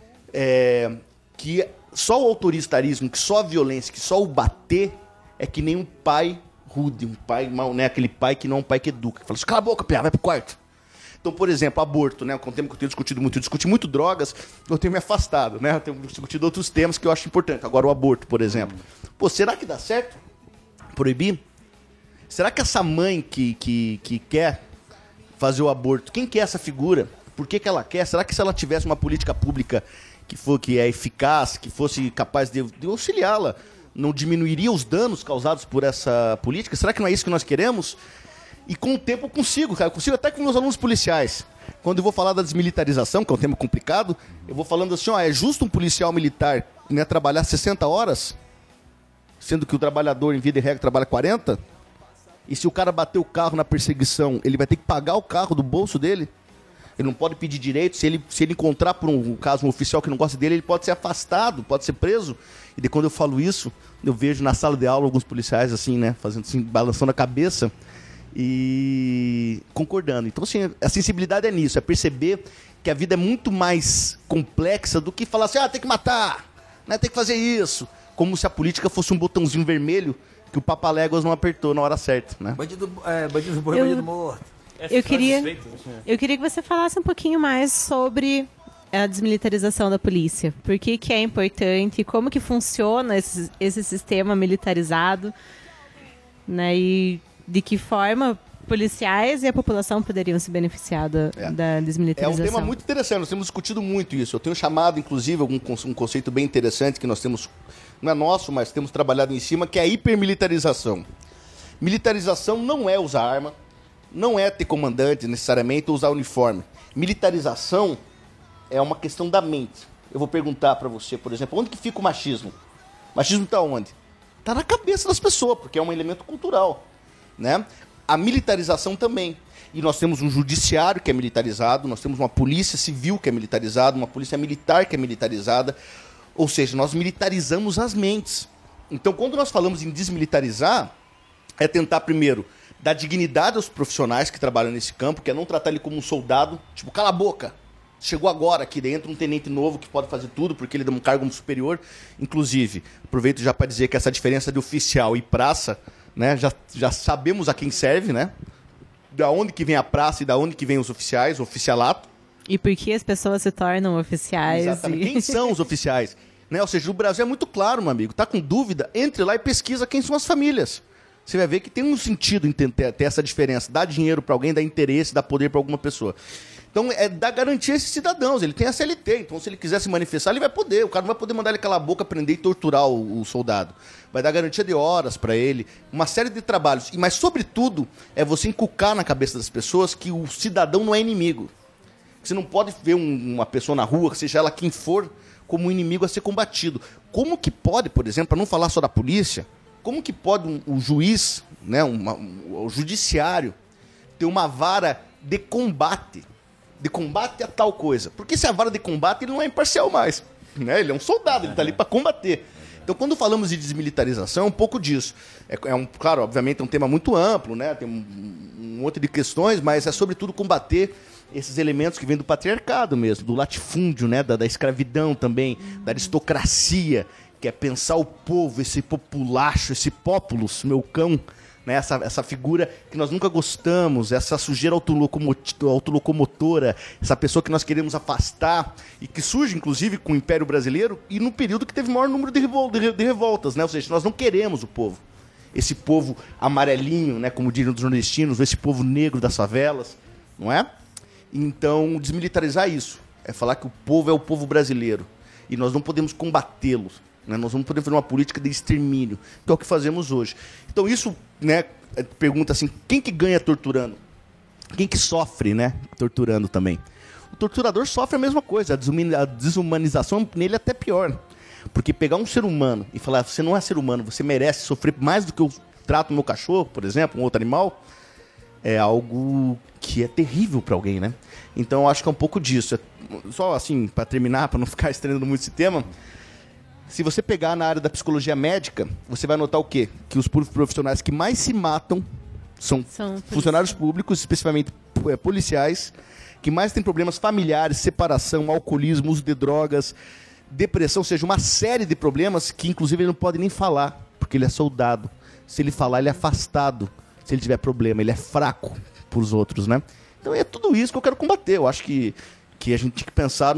Speaker 1: que só o autoritarismo, que só a violência, que só o bater é que nem um pai rude, um pai mal, né? Aquele pai que não é um pai que educa, que fala assim, cala a boca, piá, vai pro quarto. Então, por exemplo, aborto, né? Com o tempo que eu tenho discutido muito, eu discuti muito drogas, eu tenho me afastado, né? Eu tenho discutido outros temas que eu acho importante. Agora o aborto, por exemplo. Pô, será que dá certo proibir? Será que essa mãe que quer fazer o aborto, quem que é essa figura? Por que ela quer? Será que se ela tivesse uma política pública que é eficaz, que fosse capaz de auxiliá-la, não diminuiria os danos causados por essa política? Será que não é isso que nós queremos? E com o tempo eu consigo, cara. Eu consigo até com meus alunos policiais. Quando eu vou falar da desmilitarização, que é um tema complicado, eu vou falando assim, é justo um policial militar, né, trabalhar 60 horas, sendo que o trabalhador, em via de regra, trabalha 40? E se o cara bater o carro na perseguição, ele vai ter que pagar o carro do bolso dele? Ele não pode pedir direito. Se ele encontrar, por um caso, um oficial que não gosta dele, ele pode ser afastado, pode ser preso. E daí, quando eu falo isso, eu vejo na sala de aula alguns policiais assim, né, fazendo assim, balançando a cabeça e concordando. Então, assim, a sensibilidade é nisso, é perceber que a vida é muito mais complexa do que falar assim, tem que matar, né, tem que fazer isso. Como se a política fosse um botãozinho vermelho que o Papaléguas não apertou na hora certa, né?
Speaker 7: Bandido bom é bandido morto.
Speaker 5: Eu queria que você falasse um pouquinho mais sobre a desmilitarização da polícia. Por que é importante, como que funciona esse sistema militarizado, né? E de que forma policiais e a população poderiam se beneficiar da desmilitarização.
Speaker 1: É um tema muito interessante, nós temos discutido muito isso. Eu tenho chamado, inclusive, um conceito bem interessante que nós temos, não é nosso, mas temos trabalhado em cima, que é a hipermilitarização. Militarização não é usar arma, não é ter comandante necessariamente ou usar uniforme. Militarização é uma questão da mente. Eu vou perguntar pra você, por exemplo, onde que fica o machismo? O machismo tá onde? Tá na cabeça das pessoas, porque é um elemento cultural, né? A militarização também. E nós temos um judiciário que é militarizado, nós temos uma polícia civil que é militarizada, uma polícia militar que é militarizada. Ou seja, nós militarizamos as mentes. Então, quando nós falamos em desmilitarizar, é tentar, primeiro, dar dignidade aos profissionais que trabalham nesse campo, que é não tratar ele como um soldado, tipo, cala a boca, chegou agora aqui dentro um tenente novo que pode fazer tudo, porque ele dá um cargo superior. Inclusive, aproveito já para dizer que essa diferença de oficial e praça, né, já sabemos a quem serve, né? Da onde que vem a praça e da onde que vem os oficiais, o oficialato.
Speaker 5: E por que as pessoas se tornam oficiais.
Speaker 1: Exatamente. Quem são os oficiais? Né? Ou seja, o Brasil é muito claro, meu amigo. Tá com dúvida? Entre lá e pesquisa quem são as famílias. Você vai ver que tem um sentido em ter essa diferença. Dar dinheiro para alguém, dar interesse, dar poder para alguma pessoa. Então, é dar garantia a esses cidadãos. Ele tem a CLT, então se ele quiser se manifestar, ele vai poder. O cara não vai poder mandar ele calar a boca, prender e torturar o soldado. Vai dar garantia de horas para ele, uma série de trabalhos. Mas, sobretudo, é você inculcar na cabeça das pessoas que o cidadão não é inimigo. Você não pode ver uma pessoa na rua, seja ela quem for, como um inimigo a ser combatido. Como que pode, por exemplo, para não falar só da polícia, como que pode o juiz, né, o judiciário, ter uma vara de combate a tal coisa? Porque se a vara de combate, ele não é imparcial mais, né? Ele é um soldado, ele está ali para combater. Então, quando falamos de desmilitarização, é um pouco disso. Claro, obviamente é um tema muito amplo, né? Tem um monte de questões, mas é sobretudo combater esses elementos que vêm do patriarcado mesmo, do latifúndio, né? Da escravidão também, da aristocracia, que é pensar o povo, esse populacho, esse populus, meu cão, né? Essa figura que nós nunca gostamos, essa sujeira autolocomotora, essa pessoa que nós queremos afastar e que surge, inclusive, com o Império Brasileiro e no período que teve o maior número de revoltas, né? Ou seja, nós não queremos o povo. Esse povo amarelinho, né? Como diriam os nordestinos, esse povo negro das favelas, não é? Então, desmilitarizar isso é falar que o povo é o povo brasileiro e nós não podemos combatê-los. Né? Nós não podemos fazer uma política de extermínio, que é o que fazemos hoje. Então isso, né, pergunta assim, quem que ganha torturando? Quem que sofre, né, torturando também? O torturador sofre a mesma coisa, a desumanização nele é até pior. Porque pegar um ser humano e falar, você não é ser humano, você merece sofrer mais do que eu trato no meu cachorro, por exemplo, um outro animal, é algo que é terrível para alguém, né? Então eu acho que é um pouco disso. Só assim, para terminar, para não ficar estendendo muito esse tema, se você pegar na área da psicologia médica, você vai notar o quê? Que os profissionais que mais se matam são funcionários públicos, especificamente policiais, que mais têm problemas familiares, separação, alcoolismo, uso de drogas, depressão, ou seja, uma série de problemas que, inclusive, ele não pode nem falar, porque ele é soldado. Se ele falar, ele é afastado. Se ele tiver problema, ele é fraco para os outros, né? Então é tudo isso que eu quero combater. Eu acho que a gente tem que pensar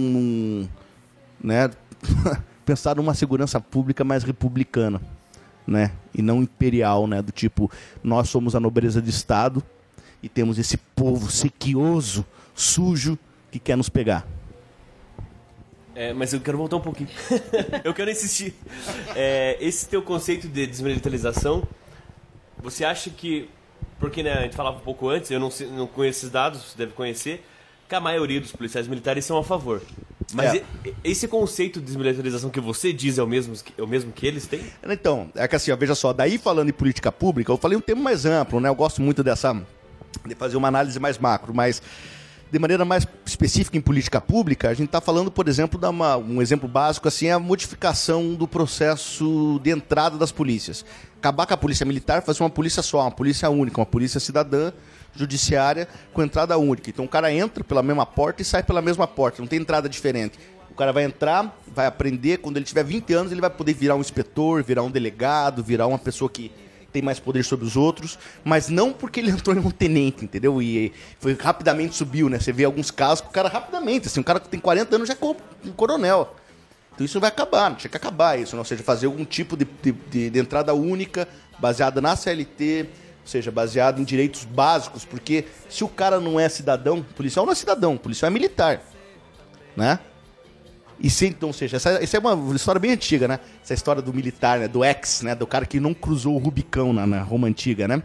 Speaker 1: né? pensar numa segurança pública mais republicana, né? E não imperial, né? Do tipo, nós somos a nobreza de Estado e temos esse povo sequioso, sujo, que quer nos pegar.
Speaker 4: Mas eu quero voltar um pouquinho. Eu quero insistir. Esse teu conceito de desmilitarização, você acha que... Porque, né, a gente falava um pouco antes, eu não conheço esses dados, você deve conhecer, que a maioria dos policiais militares são a favor. Mas esse conceito de desmilitarização que você diz é o mesmo que eles têm?
Speaker 1: Então, é que assim, ó, veja só, daí falando em política pública, eu falei um tema mais amplo, né? Eu gosto muito de fazer uma análise mais macro, mas de maneira mais específica em política pública, a gente está falando, por exemplo, um exemplo básico assim, é a modificação do processo de entrada das polícias. Acabar com a polícia militar, fazer uma polícia só, uma polícia única, uma polícia cidadã, judiciária, com entrada única. Então o cara entra pela mesma porta e sai pela mesma porta, não tem entrada diferente. O cara vai entrar, vai aprender, quando ele tiver 20 anos ele vai poder virar um inspetor, virar um delegado, virar uma pessoa que tem mais poder sobre os outros, mas não porque ele entrou em um tenente, entendeu? E foi rapidamente subiu, né? Você vê alguns casos que o cara rapidamente, assim, um cara que tem 40 anos já é um coronel. Então isso vai acabar, tinha que acabar isso, ou seja, fazer algum tipo de entrada única, baseada na CLT, ou seja, baseada em direitos básicos, porque se o cara não é cidadão, policial não é cidadão, policial é militar, né? E se, então, ou seja, essa é uma história bem antiga, né? Essa história do militar, né? Do ex, né? Do cara que não cruzou o Rubicão na Roma Antiga, né?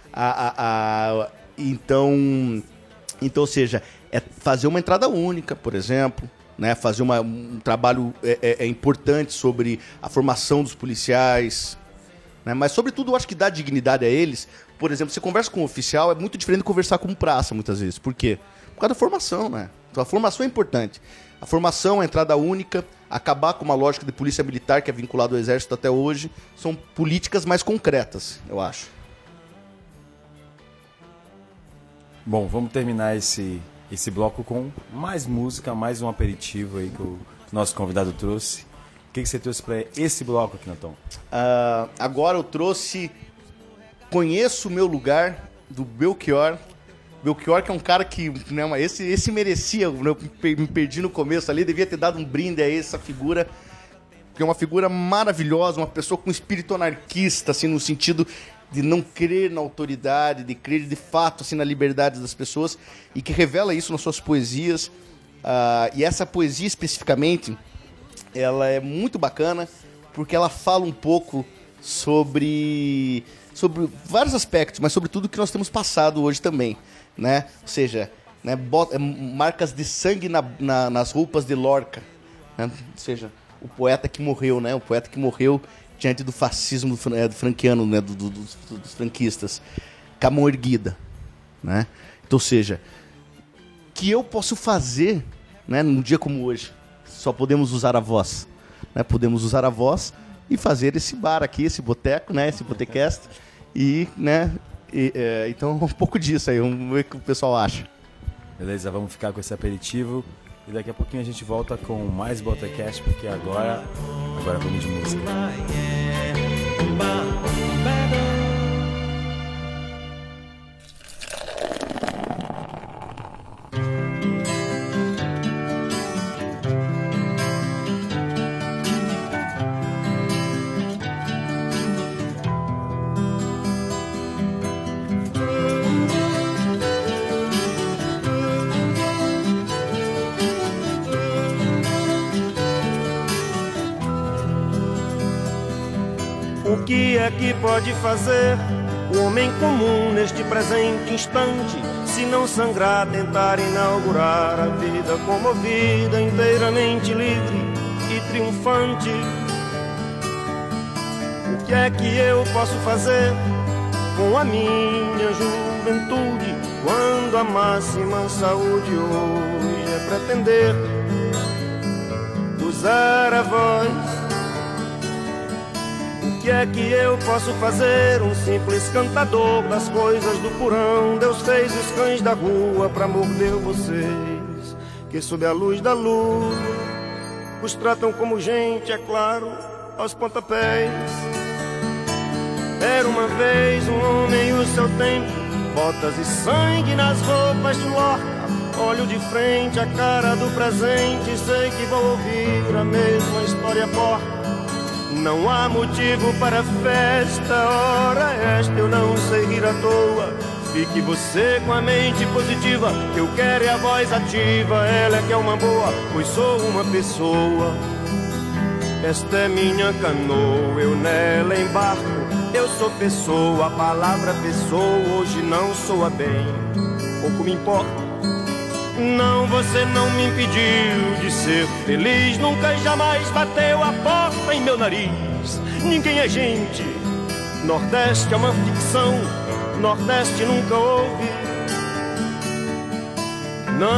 Speaker 1: Então, ou seja, é fazer uma entrada única, por exemplo, né? Fazer um trabalho importante sobre a formação dos policiais, né? Mas, sobretudo, eu acho que dá dignidade a eles. Por exemplo, você conversa com um oficial, é muito diferente de conversar com um praça, muitas vezes. Por quê? Por causa da formação, né? Então, a formação é importante. A formação, a entrada única, acabar com uma lógica de polícia militar que é vinculada ao exército até hoje, são políticas mais concretas, eu acho.
Speaker 3: Bom, vamos terminar esse bloco com mais música, mais um aperitivo aí que o nosso convidado trouxe. O que você trouxe para esse bloco aqui, Natão?
Speaker 1: Agora eu trouxe Conheço o Meu Lugar, do Belchior. Belchior, que é um cara que, né, esse merecia, eu me perdi no começo ali, devia ter dado um brinde a essa figura, que é uma figura maravilhosa, uma pessoa com espírito anarquista, assim, no sentido de não crer na autoridade, de crer de fato assim, na liberdade das pessoas, e que revela isso nas suas poesias. E essa poesia especificamente, ela é muito bacana, porque ela fala um pouco sobre vários aspectos, mas sobretudo o que nós temos passado hoje também, né? Ou seja, né, marcas de sangue nas roupas de Lorca, né? Ou seja, o poeta que morreu, né? O poeta que morreu diante do fascismo do franquiano, né? Dos franquistas, com a mão erguida, né? Então, ou seja, que eu posso fazer, né, num dia como hoje? Só podemos usar a voz, né? Podemos usar a voz e fazer esse bar aqui, esse boteco, né? Esse botecast. E, né? Então, um pouco disso aí, vamos ver o que o pessoal acha.
Speaker 3: Beleza, vamos ficar com esse aperitivo. E daqui a pouquinho a gente volta com mais Botecast, porque agora vamos de música.
Speaker 8: O que é que pode fazer o homem comum neste presente instante, se não sangrar, tentar inaugurar a vida comovida, inteiramente livre e triunfante? O que é que eu posso fazer com a minha juventude, quando a máxima saúde hoje é pretender usar a voz? O que é que eu posso fazer? Um simples cantador das coisas do porão. Deus fez os cães da rua pra morder vocês, que sob a luz da lua os tratam como gente, é claro, aos pontapés. Era uma vez um homem e o seu tempo, botas e sangue nas roupas de Lorca. Olho de frente a cara do presente, sei que vou ouvir a mesma história porca. Não há motivo para festa, ora esta eu não sei rir à toa. Fique você com a mente positiva, que eu quero é a voz ativa, ela é que é uma boa, pois sou uma pessoa. Esta é minha canoa, eu nela embarco, eu sou pessoa, a palavra pessoa hoje não soa bem, pouco me importa. Não, você não me impediu de ser feliz, nunca e jamais bateu a porta em meu nariz. Ninguém é gente, Nordeste é uma ficção, Nordeste nunca houve.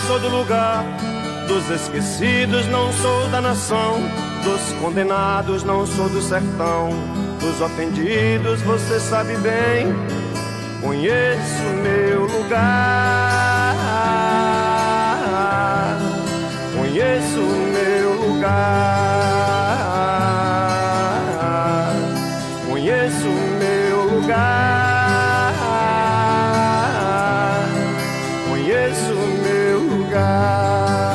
Speaker 8: sou do lugar dos esquecidos, não sou da nação dos condenados, não sou do sertão dos ofendidos, você sabe bem, conheço meu lugar, conheço meu lugar, conheço meu lugar, conheço meu lugar.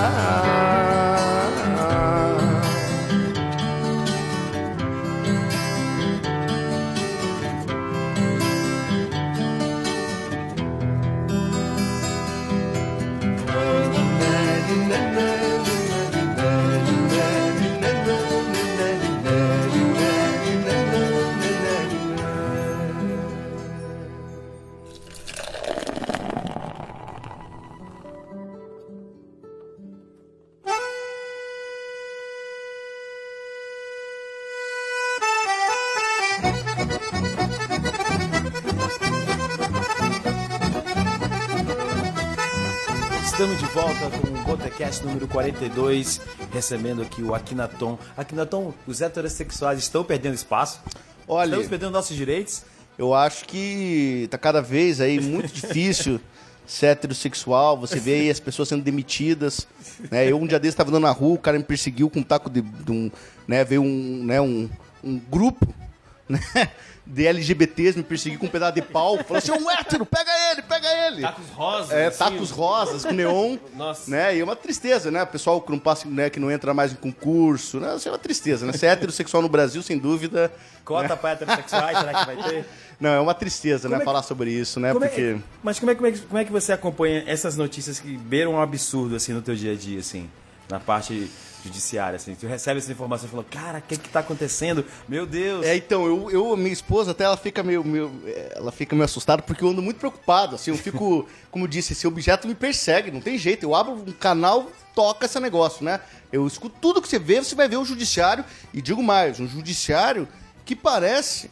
Speaker 3: Estamos de volta com o Botecast número 42, recebendo aqui o Akhenaton. Akhenaton, os heterossexuais estão perdendo espaço?
Speaker 1: Olha,
Speaker 3: estamos perdendo nossos direitos?
Speaker 1: Eu acho que tá cada vez aí muito difícil ser heterossexual. Você vê aí as pessoas sendo demitidas. Né? Eu um dia desse estava andando na rua, o cara me perseguiu com um taco de um... Né? Veio um grupo... Né? De LGBTs me perseguiu com um pedaço de pau. Falou assim, um hétero, pega ele, pega ele.
Speaker 4: Tacos rosas.
Speaker 1: É,
Speaker 4: assim,
Speaker 1: tacos rosas, com neon.
Speaker 4: Nossa.
Speaker 1: Né? E é uma tristeza, né? O pessoal que não passa, né? Que não entra mais em concurso. Né? Isso é uma tristeza, né? Ser heterossexual no Brasil, sem dúvida...
Speaker 3: Cota para heterossexuais, será que vai ter?
Speaker 1: Não, é uma tristeza, né? Falar sobre isso, né? Porque...
Speaker 3: Mas como é que você acompanha essas notícias que beiram um absurdo, assim, no teu dia a dia, assim? Na parte... judiciária, assim, tu recebe essa informação e fala, cara, o que tá acontecendo? Meu Deus!
Speaker 1: Então, minha esposa até ela fica meio assustada porque eu ando muito preocupado, assim, eu fico, como eu disse, esse objeto me persegue, não tem jeito, eu abro um canal, toca esse negócio, né? Eu escuto tudo que você vê, você vai ver o judiciário, e digo mais, um judiciário que parece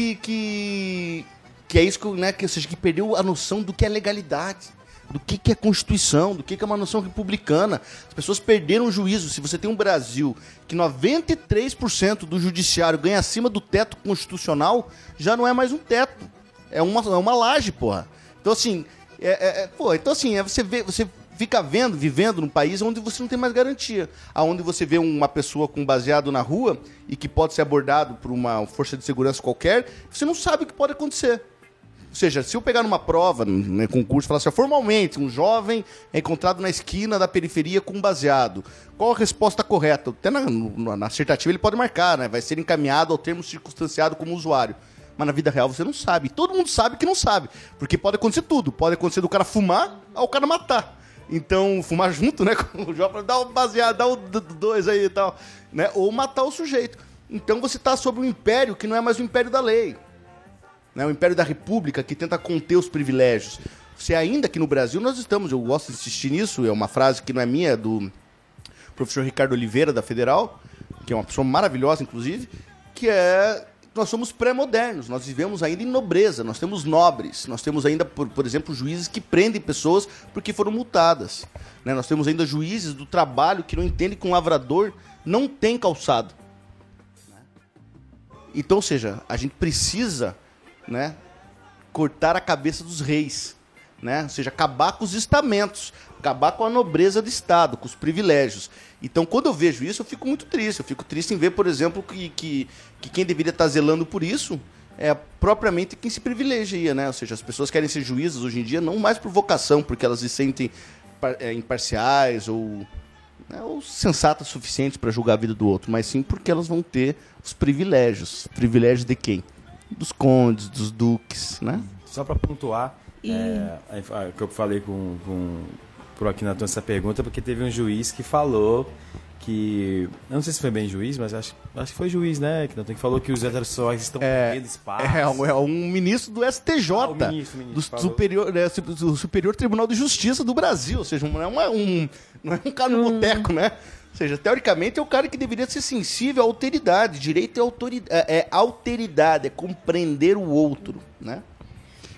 Speaker 1: que é isso que, né, ou seja, que perdeu a noção do que é legalidade. Do que é Constituição, do que é uma noção republicana. As pessoas perderam o juízo. Se você tem um Brasil que 93% do judiciário ganha acima do teto constitucional, já não é mais um teto. É uma laje, porra. Então, assim, você fica vivendo num país onde você não tem mais garantia. Onde você vê uma pessoa com baseado na rua e que pode ser abordado por uma força de segurança qualquer, você não sabe o que pode acontecer. Ou seja, se eu pegar numa prova, né, concurso, falar assim, formalmente, um jovem é encontrado na esquina da periferia com um baseado. Qual a resposta correta? Até na assertativa ele pode marcar, né? Vai ser encaminhado ao termo circunstanciado como usuário. Mas na vida real você não sabe. Todo mundo sabe que não sabe. Porque pode acontecer tudo. Pode acontecer do cara fumar ao cara matar. Então, fumar junto, né? Com o jovem, dá o baseado, dá o 2 aí e tal. Né? Ou matar o sujeito. Então você está sob um império que não é mais o império da lei. O Império da República, que tenta conter os privilégios. Se ainda que no Brasil nós estamos, eu gosto de insistir nisso, é uma frase que não é minha, é do professor Ricardo Oliveira, da Federal, que é uma pessoa maravilhosa, inclusive, que é, nós somos pré-modernos, nós vivemos ainda em nobreza, nós temos nobres, nós temos ainda, por exemplo, juízes que prendem pessoas porque foram multadas. Né? Nós temos ainda juízes do trabalho que não entendem que um lavrador não tem calçado. Então, ou seja, a gente precisa... Né, cortar a cabeça dos reis, né? Ou seja, acabar com os estamentos, acabar com a nobreza do Estado, com os privilégios. Então, quando eu vejo isso, eu fico muito triste. Eu fico triste em ver, por exemplo, que quem deveria estar zelando por isso é propriamente quem se privilegia, né? Ou seja, as pessoas querem ser juízes hoje em dia não mais por vocação, porque elas se sentem imparciais ou sensatas suficientes para julgar a vida do outro, mas sim porque elas vão ter os privilégios. Os privilégios de quem? Dos condes, dos duques, né?
Speaker 3: Só para pontuar, que eu falei pro Akhenaton essa pergunta, porque teve um juiz que falou que... Eu não sei se foi bem juiz, mas acho que foi juiz, né? Akhenaton, que falou que os heterossexuais estão perdendo espaço.
Speaker 1: É um ministro do STJ, do Superior Tribunal de Justiça do Brasil. Ou seja, não é um cara no boteco, né? Ou seja, teoricamente é o cara que deveria ser sensível à alteridade. Direito é alteridade, é compreender o outro, né?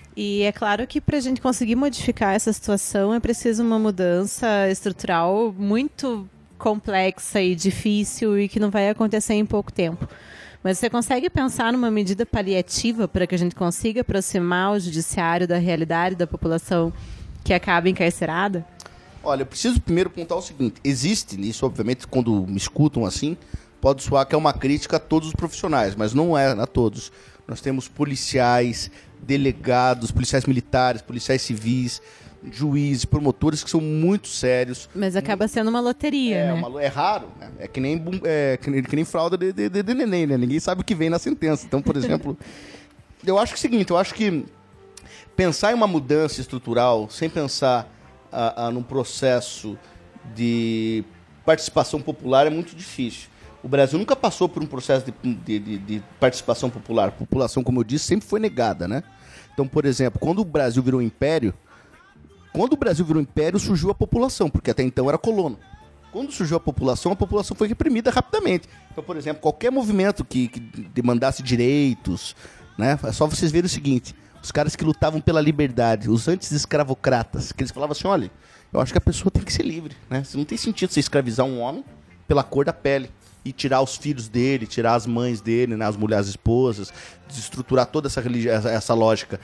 Speaker 5: E é claro que para a gente conseguir modificar essa situação é preciso uma mudança estrutural muito complexa e difícil e que não vai acontecer em pouco tempo. Mas você consegue pensar numa medida paliativa para que a gente consiga aproximar o judiciário da realidade da população que acaba encarcerada?
Speaker 1: Olha, eu preciso primeiro apontar o seguinte. Existe, isso obviamente quando me escutam assim, pode soar que é uma crítica a todos os profissionais, mas não é a todos. Nós temos policiais, delegados, policiais militares, policiais civis, juízes, promotores que são muito sérios.
Speaker 5: Mas acaba sendo uma loteria, né?
Speaker 1: É raro, né? É que nem fralda de neném, né? Ninguém sabe o que vem na sentença. Então, por exemplo, eu acho que é o seguinte, eu acho que pensar em uma mudança estrutural sem pensar num processo de participação popular é muito difícil. O Brasil nunca passou por um processo de participação popular. A população, como eu disse, sempre foi negada, né? Então, por exemplo, quando o Brasil virou império, surgiu a população, porque até então era colono. Quando surgiu a população foi reprimida rapidamente. Então, por exemplo, qualquer movimento que demandasse direitos, né? É só vocês verem o seguinte, os caras que lutavam pela liberdade, os antes-escravocratas, que eles falavam assim, olha, eu acho que a pessoa tem que ser livre, né? Não tem sentido você escravizar um homem pela cor da pele e tirar os filhos dele, tirar as mães dele, né, as mulheres, as esposas, desestruturar toda essa lógica.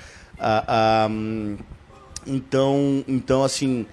Speaker 1: Então, assim,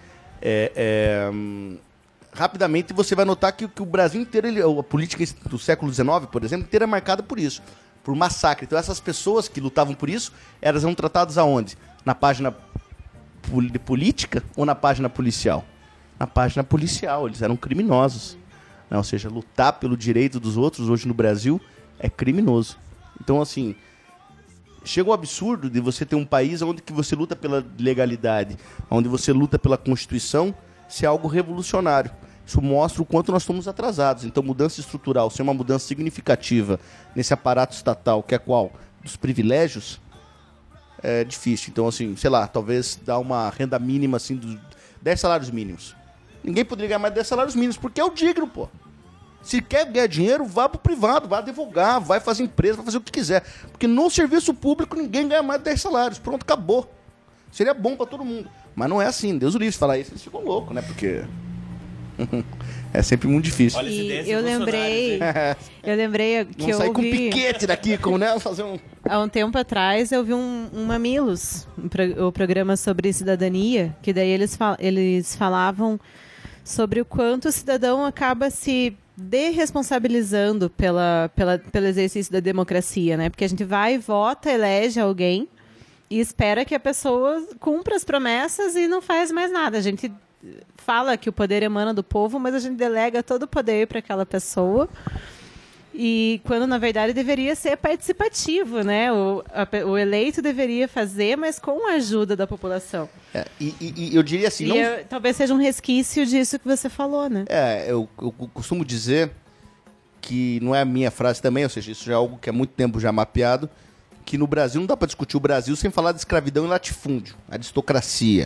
Speaker 1: rapidamente você vai notar que o Brasil inteiro, a política do século XIX, por exemplo, inteira é marcada por isso, por massacre. Então essas pessoas que lutavam por isso, elas eram tratadas aonde? Na página política ou na página policial? Na página policial, eles eram criminosos. Né? Ou seja, lutar pelo direito dos outros hoje no Brasil é criminoso. Então, assim, chega o absurdo de você ter um país onde que você luta pela legalidade, onde você luta pela Constituição, ser algo revolucionário. Isso mostra o quanto nós estamos atrasados. Então, mudança estrutural, ser uma mudança significativa nesse aparato estatal, que é qual? Dos privilégios, é difícil. Então, assim, sei lá, talvez dar uma renda mínima, assim, dos 10 salários mínimos. Ninguém poderia ganhar mais de 10 salários mínimos, porque é o digno, pô. Se quer ganhar dinheiro, vá pro privado, vá advogar, vai fazer empresa, vai fazer o que quiser. Porque no serviço público ninguém ganha mais de 10 salários. Pronto, acabou. Seria bom pra todo mundo. Mas não é assim. Deus o livre, se falar isso, eles ficam loucos, né? Porque é sempre muito difícil.
Speaker 5: Olha, eu lembrei que eu
Speaker 1: sair
Speaker 5: ouvi...
Speaker 1: com piquete daqui, né? Fazer um...
Speaker 5: Há um tempo atrás eu vi um Mamilos, o programa sobre cidadania, que daí eles falavam sobre o quanto o cidadão acaba se derresponsabilizando pelo exercício da democracia, né? Porque a gente vai, vota, elege alguém e espera que a pessoa cumpra as promessas e não faz mais nada. A gente fala que o poder emana do povo, mas a gente delega todo o poder para aquela pessoa. E quando, na verdade, deveria ser participativo, né? O eleito deveria fazer, mas com a ajuda da população.
Speaker 1: E eu diria assim...
Speaker 5: talvez seja um resquício disso que você falou, né?
Speaker 1: Eu costumo dizer que não é a minha frase também, ou seja, isso já é algo que há muito tempo já mapeado, que no Brasil não dá para discutir o Brasil sem falar de escravidão e latifúndio, aristocracia.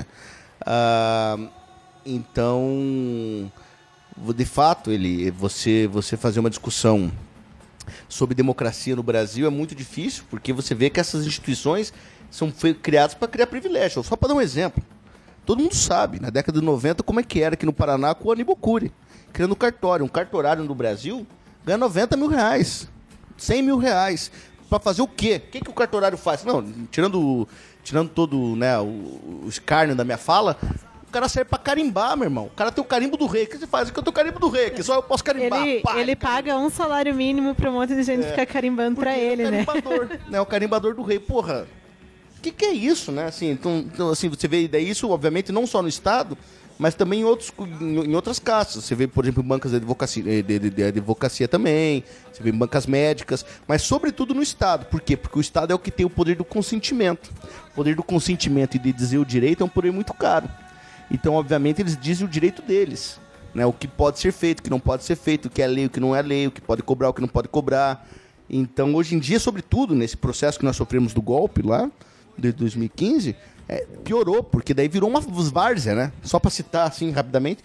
Speaker 1: Então, de fato, você fazer uma discussão sobre democracia no Brasil é muito difícil, porque você vê que essas instituições são criadas para criar privilégio. Só para dar um exemplo, todo mundo sabe, na década de 90, como é que era aqui no Paraná com o Aníbal Cury, criando cartório. Um cartorário no Brasil ganha 90 mil reais, 100 mil reais. Para fazer o quê? O que o cartorário faz? Não, tirando todo, né, o escárnio da minha fala, o cara serve pra carimbar, meu irmão. O cara tem o carimbo do rei. O que você faz? Aqui eu tenho o carimbo do rei, aqui só eu posso carimbar.
Speaker 5: Ele paga um salário mínimo pra um monte de gente ficar carimbando pra ele, né?
Speaker 1: O carimbador do rei. Porra, o que é isso, né? Assim, então, assim, você vê daí isso, obviamente, não só no Estado, mas também em outras castas. Você vê, por exemplo, em bancas de advocacia também, você vê em bancas médicas, mas sobretudo no Estado. Por quê? Porque o Estado é o que tem o poder do consentimento. O poder do consentimento e de dizer o direito é um poder muito caro. Então, obviamente, eles dizem o direito deles, né? O que pode ser feito, o que não pode ser feito, o que é lei, o que não é lei, o que pode cobrar, o que não pode cobrar. Então, hoje em dia, sobretudo, nesse processo que nós sofremos do golpe lá, de 2015, piorou, porque daí virou uma várzea, né? Só para citar, assim, rapidamente,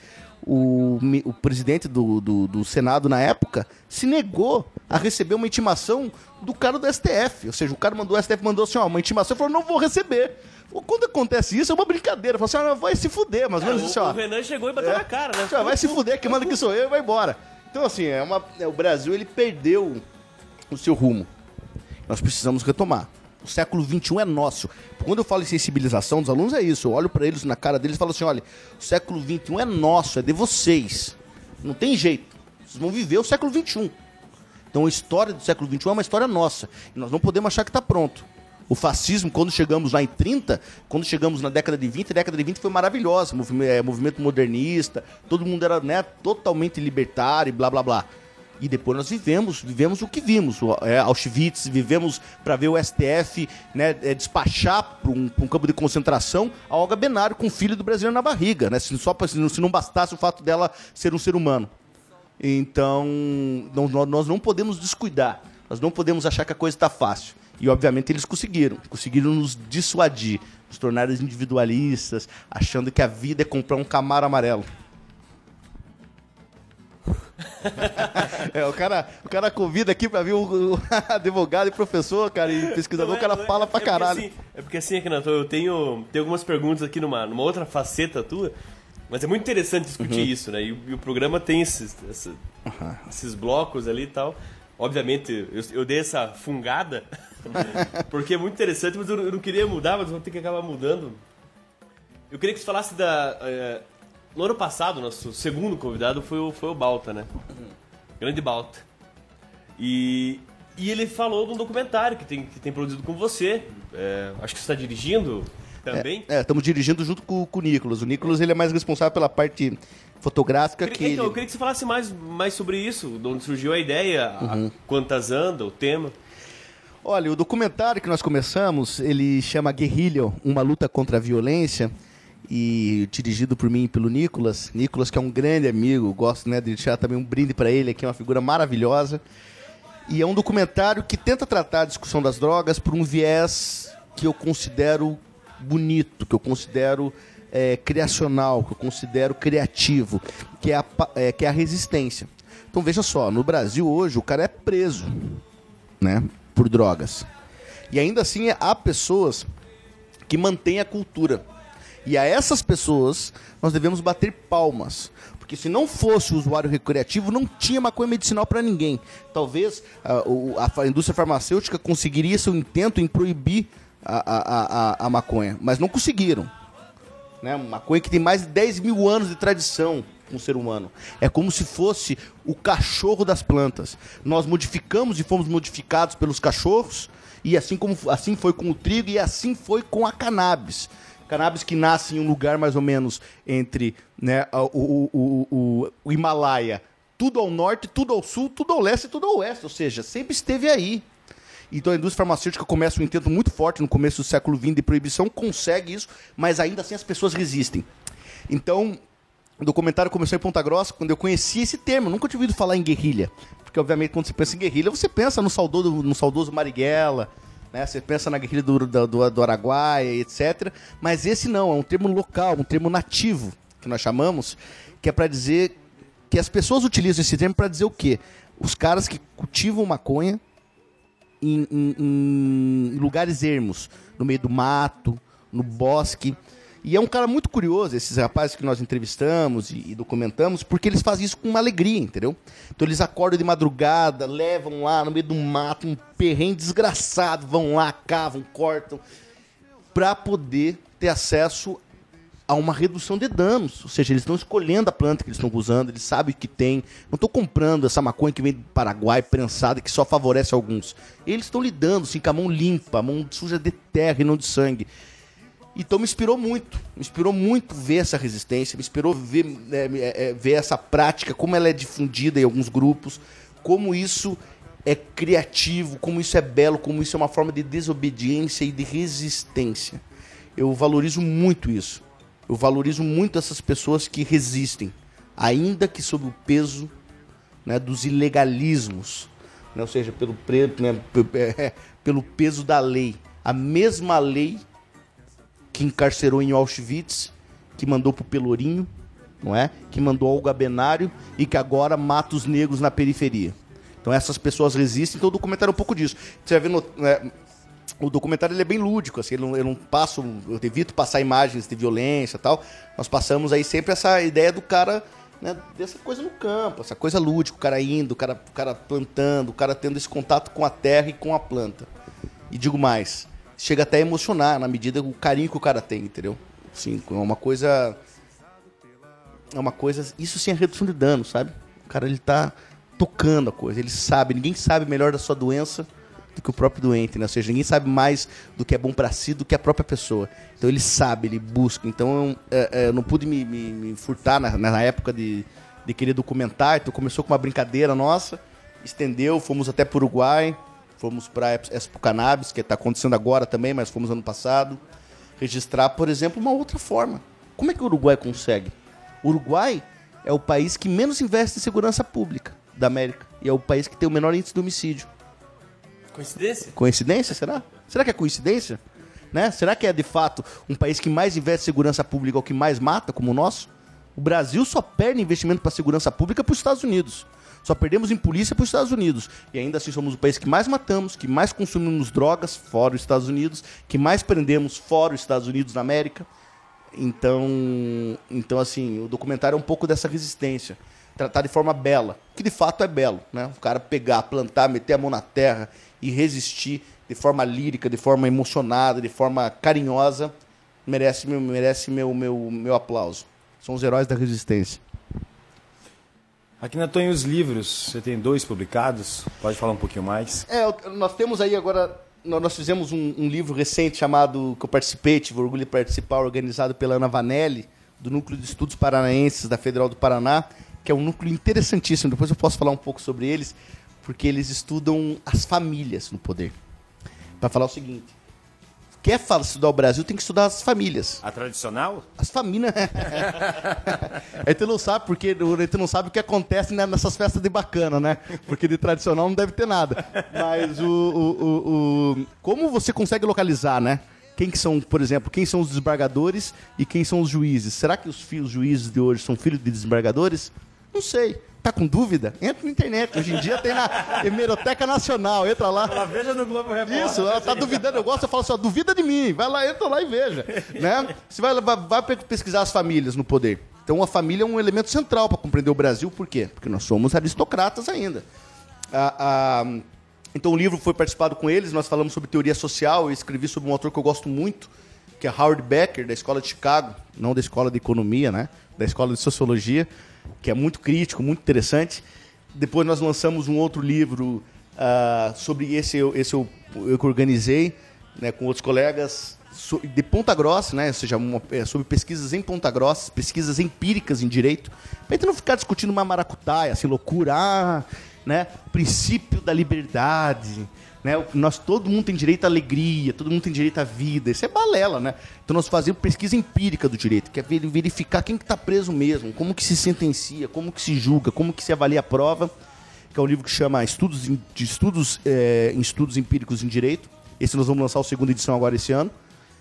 Speaker 1: o presidente do Senado na época se negou a receber uma intimação do cara do STF. Ou seja, o STF mandou assim, uma intimação e falou, não vou receber. Quando acontece isso, é uma brincadeira. Fala assim, vai se fuder, mas menos assim,
Speaker 4: O Renan chegou e bateu na cara, né?
Speaker 1: Vai se fuder, quem manda que sou eu e vai embora. Então, assim, o Brasil, ele perdeu o seu rumo. Nós precisamos retomar. O século XXI é nosso. Quando eu falo em sensibilização dos alunos, é isso. Eu olho pra eles na cara deles e falo assim, olha, o século XXI é nosso, é de vocês. Não tem jeito. Vocês vão viver o século XXI. Então a história do século XXI é uma história nossa. E nós não podemos achar que está pronto. O fascismo, quando chegamos lá em 30, quando chegamos na década de 20, a década de 20 foi maravilhosa. Movimento modernista, todo mundo era, né, totalmente libertário e blá blá blá. E depois nós vivemos o que vimos. Auschwitz, vivemos para ver o STF, né, despachar para um campo de concentração a Olga Benário com o filho do brasileiro na barriga, né, se não bastasse o fato dela ser um ser humano. Então, nós não podemos descuidar, nós não podemos achar que a coisa está fácil. E, obviamente, eles conseguiram nos dissuadir, nos tornar individualistas, achando que a vida é comprar um Camaro amarelo. O cara convida aqui pra vir o advogado e professor, cara, e pesquisador, o cara fala pra caralho.
Speaker 4: Porque assim, Renato, eu tenho algumas perguntas aqui numa outra faceta tua, mas é muito interessante discutir isso, né? E o programa tem esses blocos ali e tal. Obviamente, eu dei essa fungada, porque é muito interessante, mas eu não queria mudar, mas vou ter que acabar mudando. Eu queria que você falasse no ano passado, nosso segundo convidado foi o Balta, né? Grande Balta. E ele falou de um documentário que tem produzido com você. Acho que você está dirigindo também.
Speaker 1: Estamos dirigindo junto com o Nicolas. O Nicolas, ele é mais responsável pela parte fotográfica
Speaker 4: eu queria que você falasse mais sobre isso, de onde surgiu a ideia, quantas anda, o tema.
Speaker 1: Olha, o documentário que nós começamos, ele chama Guerrilha, uma luta contra a violência, e dirigido por mim e pelo Nicolas, que é um grande amigo, gosto, né, de deixar também um brinde para ele, que é uma figura maravilhosa. E é um documentário que tenta tratar a discussão das drogas por um viés que eu considero bonito, que eu considero criacional, que eu considero criativo, que é a resistência. Então veja só, no Brasil hoje o cara é preso, né, por drogas. E ainda assim há pessoas que mantêm a cultura. E a essas pessoas nós devemos bater palmas. Porque se não fosse o usuário recreativo, não tinha maconha medicinal para ninguém. Talvez a indústria farmacêutica conseguiria seu intento em proibir a maconha, mas não conseguiram. Né? Maconha que tem mais de 10 mil anos de tradição com o ser humano. É como se fosse o cachorro das plantas. Nós modificamos e fomos modificados pelos cachorros, e assim foi com o trigo e assim foi com a cannabis. Cannabis que nasce em um lugar mais ou menos entre, né, o Himalaia, tudo ao norte, tudo ao sul, tudo ao leste e tudo ao oeste. Ou seja, sempre esteve aí. Então a indústria farmacêutica começa um intento muito forte no começo do século XX de proibição, consegue isso, mas ainda assim as pessoas resistem. Então, o documentário começou em Ponta Grossa, quando eu conheci esse termo, nunca tinha ouvido falar em guerrilha. Porque, obviamente, quando você pensa em guerrilha, você pensa no saudoso Marighella, né? Você pensa na guerrilha do Araguaia, etc. Mas esse não, é um termo local, um termo nativo, que nós chamamos, que é para dizer que as pessoas utilizam esse termo para dizer o quê? Os caras que cultivam maconha em lugares ermos, no meio do mato, no bosque. E é um cara muito curioso, esses rapazes que nós entrevistamos e documentamos, porque eles fazem isso com uma alegria, entendeu? Então eles acordam de madrugada, levam lá no meio do mato, um perrengue desgraçado, vão lá, cavam, cortam, para poder ter acesso a uma redução de danos. Ou seja, eles estão escolhendo a planta que eles estão usando, eles sabem o que tem. Não estão comprando essa maconha que vem do Paraguai, prensada, que só favorece alguns. Eles estão lidando, assim, com a mão limpa, a mão suja de terra e não de sangue. Então me inspirou muito ver essa resistência, me inspirou ver essa prática, como ela é difundida em alguns grupos, como isso é criativo, como isso é belo, como isso é uma forma de desobediência e de resistência. Eu valorizo muito isso. Eu valorizo muito essas pessoas que resistem, ainda que sob o peso, né, dos ilegalismos, né, ou seja, pelo peso da lei. A mesma lei que encarcerou em Auschwitz, que mandou pro Pelourinho, não é? Que mandou Olga Benário e que agora mata os negros na periferia. Então essas pessoas resistem, então o documentário é um pouco disso. Você vai ver o documentário ele é bem lúdico, assim, eu não passo, eu evito passar imagens de violência e tal. Nós passamos aí sempre essa ideia do cara, né, dessa coisa no campo, essa coisa lúdica, o cara indo, o cara plantando, o cara tendo esse contato com a terra e com a planta. E digo mais, chega até a emocionar na medida do carinho que o cara tem, entendeu? Sim, é uma coisa, isso sem a redução de dano, sabe? O cara ele tá tocando a coisa, ele sabe, ninguém sabe melhor da sua doença do que o próprio doente, né? Ou seja, ninguém sabe mais do que é bom para si do que a própria pessoa. Então ele sabe, ele busca. Então eu não pude me furtar na época de querer documentar. Então começou com uma brincadeira nossa, estendeu, fomos até para o Uruguai, fomos para Expo Cannabis, que está acontecendo agora também, mas fomos ano passado, registrar, por exemplo, uma outra forma. Como é que o Uruguai consegue? O Uruguai é o país que menos investe em segurança pública da América e é o país que tem o menor índice de homicídio.
Speaker 4: Coincidência?
Speaker 1: Coincidência, será? Será que é coincidência? Né? Será que é, de fato, um país que mais investe em segurança pública ou que mais mata, como o nosso? O Brasil só perde investimento para segurança pública para os Estados Unidos. Só perdemos em polícia para os Estados Unidos. E ainda assim somos o país que mais matamos, que mais consumimos drogas, fora os Estados Unidos, que mais prendemos, fora os Estados Unidos na América. Então, assim, o documentário é um pouco dessa resistência. Tratar de forma bela, que de fato é belo, né? O cara pegar, plantar, meter a mão na terra e resistir de forma lírica, de forma emocionada, de forma carinhosa, merece meu aplauso. São os heróis da resistência.
Speaker 3: Aqui na Tonho os livros, você tem 2 publicados, pode falar um pouquinho mais?
Speaker 1: Nós temos aí agora, nós fizemos um livro recente chamado, que eu participei, tive o orgulho de participar, organizado pela Ana Vanelli, do Núcleo de Estudos Paranaenses da Federal do Paraná, que é um núcleo interessantíssimo, depois eu posso falar um pouco sobre eles, porque eles estudam as famílias no poder. Para falar o seguinte, quer estudar o Brasil, tem que estudar as famílias.
Speaker 3: A tradicional?
Speaker 1: As famílias. A gente não sabe, porque a gente não sabe o que acontece nessas festas de bacana, né? Porque de tradicional não deve ter nada. Mas como você consegue localizar, né? Quem que são, por exemplo, quem são os desembargadores e quem são os juízes? Será que os juízes de hoje são filhos de desembargadores? Não sei. Tá com dúvida? Entra na internet. Hoje em dia tem na Hemeroteca Nacional. Entra lá.
Speaker 3: Ela veja no Globo Repórter.
Speaker 1: Isso, ela tá duvidando. Eu gosto, eu falo assim, ó, duvida de mim. Vai lá, entra lá e veja. Né? Você vai pesquisar as famílias no poder. Então a família é um elemento central para compreender o Brasil. Por quê? Porque nós somos aristocratas ainda. Então o livro foi participado com eles. Nós falamos sobre teoria social. Eu escrevi sobre um autor que eu gosto muito, que é Howard Becker, da Escola de Chicago. Não da Escola de Economia, né? Da Escola de Sociologia, que é muito crítico, muito interessante. Depois nós lançamos um outro livro sobre esse eu que organizei, né, com outros colegas, de Ponta Grossa, né, ou seja, sobre pesquisas em Ponta Grossa, pesquisas empíricas em direito, para a gente não ficar discutindo uma maracutaia, assim, loucura, né, princípio da liberdade, né, todo mundo tem direito à alegria, todo mundo tem direito à vida, isso é balela, né? Então nós fazemos pesquisa empírica do direito, que é verificar quem que está preso mesmo, como que se sentencia, como que se julga, como que se avalia a prova, que é um livro que chama Estudos Empíricos em Direito. Esse nós vamos lançar a 2ª edição agora esse ano.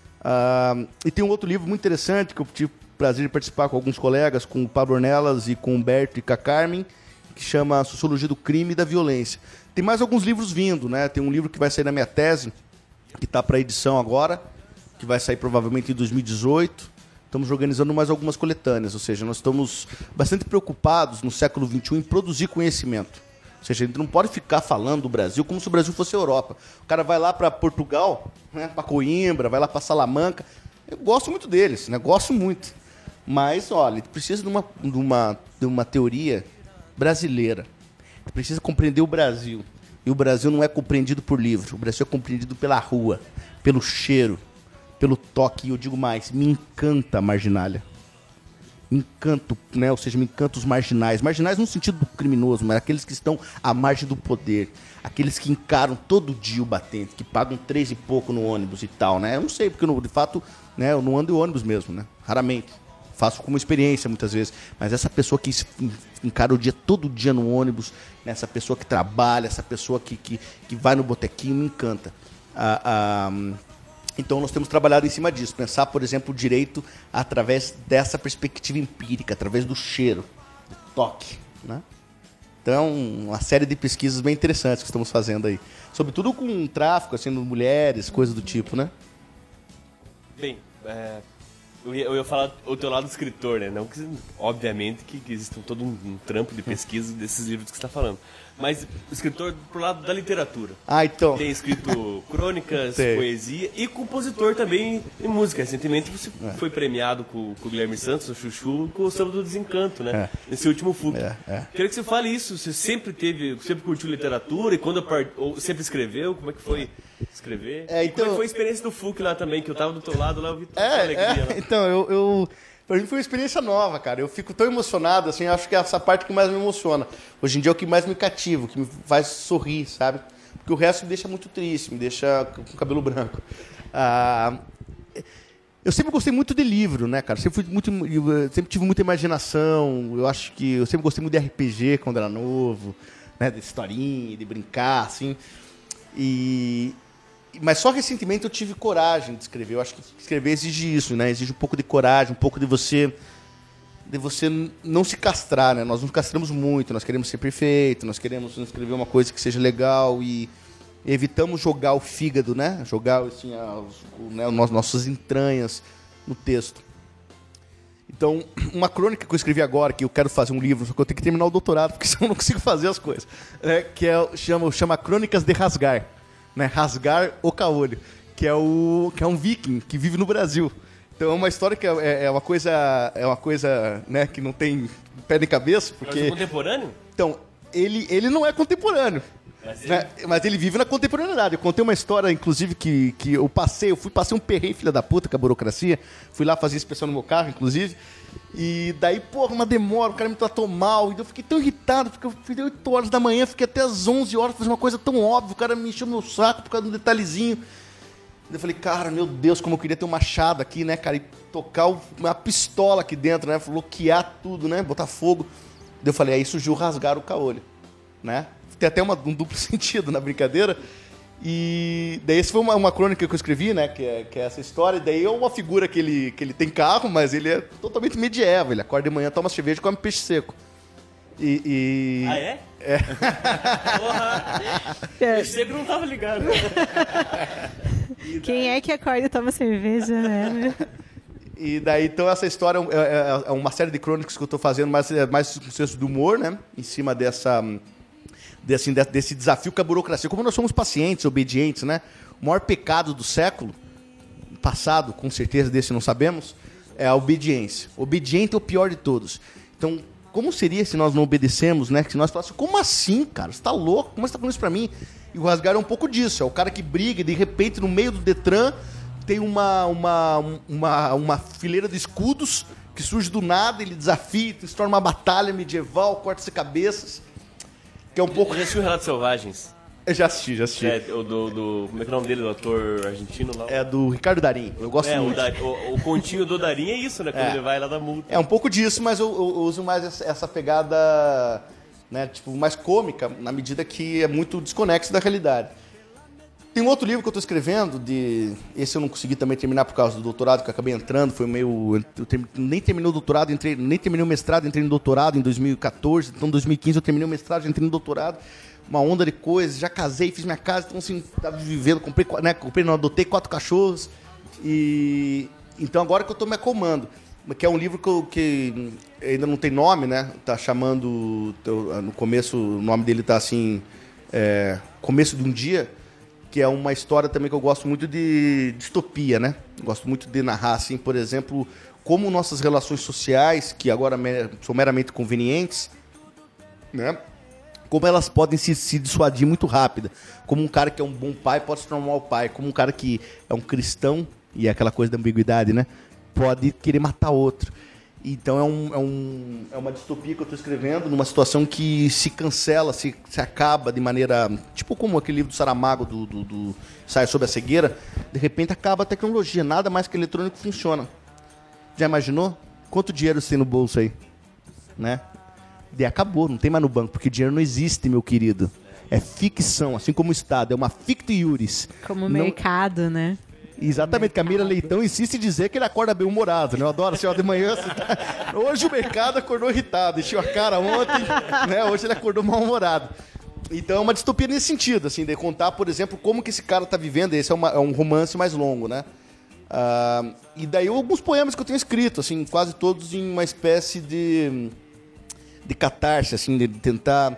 Speaker 1: E tem um outro livro muito interessante, que eu tive o prazer de participar com alguns colegas, com o Pablo Ornelas e com o Humberto e com a Carmen, que chama Sociologia do Crime e da Violência. Tem mais alguns livros vindo, né? Tem um livro que vai sair na minha tese, que está para edição agora, que vai sair provavelmente em 2018. Estamos organizando mais algumas coletâneas, ou seja, nós estamos bastante preocupados no século XXI em produzir conhecimento. Ou seja, a gente não pode ficar falando do Brasil como se o Brasil fosse a Europa. O cara vai lá para Portugal, né, para Coimbra, vai lá para Salamanca. Eu gosto muito deles, né? Gosto muito. Mas, olha, ele precisa de uma teoria brasileira. Ele precisa compreender o Brasil. E o Brasil não é compreendido por livro. O Brasil é compreendido pela rua, pelo cheiro, pelo toque. E eu digo mais, me encanta a marginalia. Me encanta, né? Ou seja, me encanta os marginais. Marginais no sentido criminoso, mas aqueles que estão à margem do poder. Aqueles que encaram todo dia o batente, que pagam 3 e pouco no ônibus e tal, né? Eu não sei, porque de fato, né, eu não ando em ônibus mesmo, né? Raramente. Faço como experiência muitas vezes. Mas essa pessoa que encara o dia, todo dia no ônibus, né? Essa pessoa que trabalha, essa pessoa que vai no botequinho, me encanta. Então nós temos trabalhado em cima disso, pensar, por exemplo, o direito através dessa perspectiva empírica, através do cheiro, do toque, né? Então, uma série de pesquisas bem interessantes que estamos fazendo aí. Sobretudo com tráfico, assim, mulheres, coisas do tipo, né?
Speaker 4: Bem, eu ia falar o teu lado escritor, né? Não que, obviamente, que existe todo um trampo de pesquisa desses livros que você está falando. Mas o escritor pro lado da literatura.
Speaker 1: Então.
Speaker 4: Tem escrito crônicas,
Speaker 1: Sei.
Speaker 4: poesia e compositor também em música. Recentemente você foi premiado com o Guilherme Santos, o Chuchu, com o Samba do Desencanto, né? Nesse último FUC. Queria que você fale isso. Você sempre curtiu literatura e ou sempre escreveu? Como é que foi escrever?
Speaker 1: Então,
Speaker 4: e como é que foi a experiência do FUC lá também, que eu tava do teu lado lá, eu vi tanta alegria lá.
Speaker 1: Então, pra mim foi uma experiência nova, cara. Eu fico tão emocionado, assim, acho que é essa parte que mais me emociona. Hoje em dia é o que mais me cativa, o que me faz sorrir, sabe? Porque o resto me deixa muito triste, me deixa com o cabelo branco. Eu sempre gostei muito de livro, né, cara? Sempre tive muita imaginação. Eu acho que eu sempre gostei muito de RPG quando era novo, né? De historinha, de brincar, assim. Mas só recentemente eu tive coragem de escrever. Eu acho que escrever exige isso, né? Exige um pouco de coragem, um pouco de você não se castrar, né? Nós nos castramos muito, nós queremos ser perfeito, nós queremos escrever uma coisa que seja legal e evitamos jogar o fígado, né? Jogar assim, nossas entranhas no texto. Então, uma crônica que eu escrevi agora, que eu quero fazer um livro, só que eu tenho que terminar o doutorado, porque senão eu não consigo fazer as coisas, chama Crônicas de Rasgar. Né, Rasgar o Caolho, que é um viking que vive no Brasil. Então é uma história que é uma coisa, né, que não tem pé nem cabeça, porque
Speaker 4: Mas é contemporâneo?
Speaker 1: Então, ele não é contemporâneo. Né? Mas ele vive na contemporaneidade. Eu contei uma história, inclusive, que eu passei um perrengue, filha da puta, com a burocracia. Fui lá fazer inspeção no meu carro, inclusive. E daí, porra, uma demora, o cara me tratou mal. E eu fiquei tão irritado, porque eu fui 8 horas da manhã, fiquei até às 11 horas fazendo uma coisa tão óbvia. O cara me encheu meu saco por causa de um detalhezinho. Eu falei, cara, meu Deus, como eu queria ter um machado aqui, né, cara? E tocar uma pistola aqui dentro, né? Bloquear tudo, né? Botar fogo. Daí eu falei, aí surgiu Rasgar o Caolho, né? Tem até um duplo sentido na brincadeira. E daí essa foi uma crônica que eu escrevi, né? Que é essa história. E daí é uma figura que ele tem carro, mas ele é totalmente medieval. Ele acorda de manhã, toma cerveja e come peixe seco.
Speaker 4: Ah, é?
Speaker 1: É.
Speaker 4: Porra! Peixe seco não tava ligado.
Speaker 5: Quem é que acorda e toma cerveja, né?
Speaker 1: E daí, então, essa história é uma série de crônicas que eu estou fazendo, mas é mais um senso de humor, né? Em cima desse desafio com a burocracia. Como nós somos pacientes, obedientes, né? O maior pecado do século passado, com certeza desse não sabemos, é a obediência. Obediente é o pior de todos. Então, como seria se nós não obedecemos, né? Se nós falássemos, como assim, cara? Você tá louco? Como você tá falando isso pra mim? E o Rasgar é um pouco disso. É o cara que briga e, de repente, no meio do Detran, tem uma fileira de escudos que surge do nada, ele desafia, se torna uma batalha medieval, corta-se cabeças. Que é um pouco...
Speaker 4: Eu já assisti o Relatos Selvagens.
Speaker 1: Eu já assisti.
Speaker 4: Como é que é o nome dele, do ator argentino lá?
Speaker 1: É do Ricardo Darín. Eu gosto muito.
Speaker 4: O continho do Darín é isso, né? Quando ele vai lá da multa.
Speaker 1: É um pouco disso, mas eu uso mais essa pegada, né, tipo, mais cômica, na medida que é muito desconexo da realidade. Tem um outro livro que eu estou escrevendo, esse eu não consegui também terminar por causa do doutorado, que eu acabei entrando, nem terminei o doutorado, nem terminei o mestrado, entrei no doutorado em 2014, então em 2015 eu terminei o mestrado, já entrei no doutorado, uma onda de coisas, já casei, fiz minha casa, então assim, estava vivendo, adotei 4 cachorros, e então agora que eu estou me acalmando, que é um livro que ainda não tem nome, né, tá chamando, no começo, o nome dele tá assim, Começo de um Dia, que é uma história também que eu gosto muito de distopia, né? Gosto muito de narrar, assim, por exemplo, como nossas relações sociais, que agora são meramente convenientes, né? Como elas podem se dissuadir muito rápido. Como um cara que é um bom pai pode se tornar um mau pai. Como um cara que é um cristão, e é aquela coisa da ambiguidade, né? Pode querer matar outro. Então é uma distopia que eu estou escrevendo numa situação que se cancela, se acaba de maneira... Tipo como aquele livro do Saramago, do Sai Sobre a Cegueira. De repente acaba a tecnologia, nada mais que eletrônico funciona. Já imaginou? Quanto dinheiro você tem no bolso aí? Né? E acabou, não tem mais no banco, porque dinheiro não existe, meu querido. É ficção, assim como o Estado, é uma ficta iuris.
Speaker 5: Como o mercado, né?
Speaker 1: Exatamente, que a Mira Leitão insiste em dizer que ele acorda bem humorado, né? Eu adoro, assim, ó, de manhã... Assim, tá... Hoje o mercado acordou irritado, encheu a cara ontem, né? Hoje ele acordou mal-humorado. Então é uma distopia nesse sentido, assim, de contar, por exemplo, como que esse cara tá vivendo. Esse é um romance mais longo, né? E daí alguns poemas que eu tenho escrito, assim, quase todos em uma espécie de catarse, assim, de tentar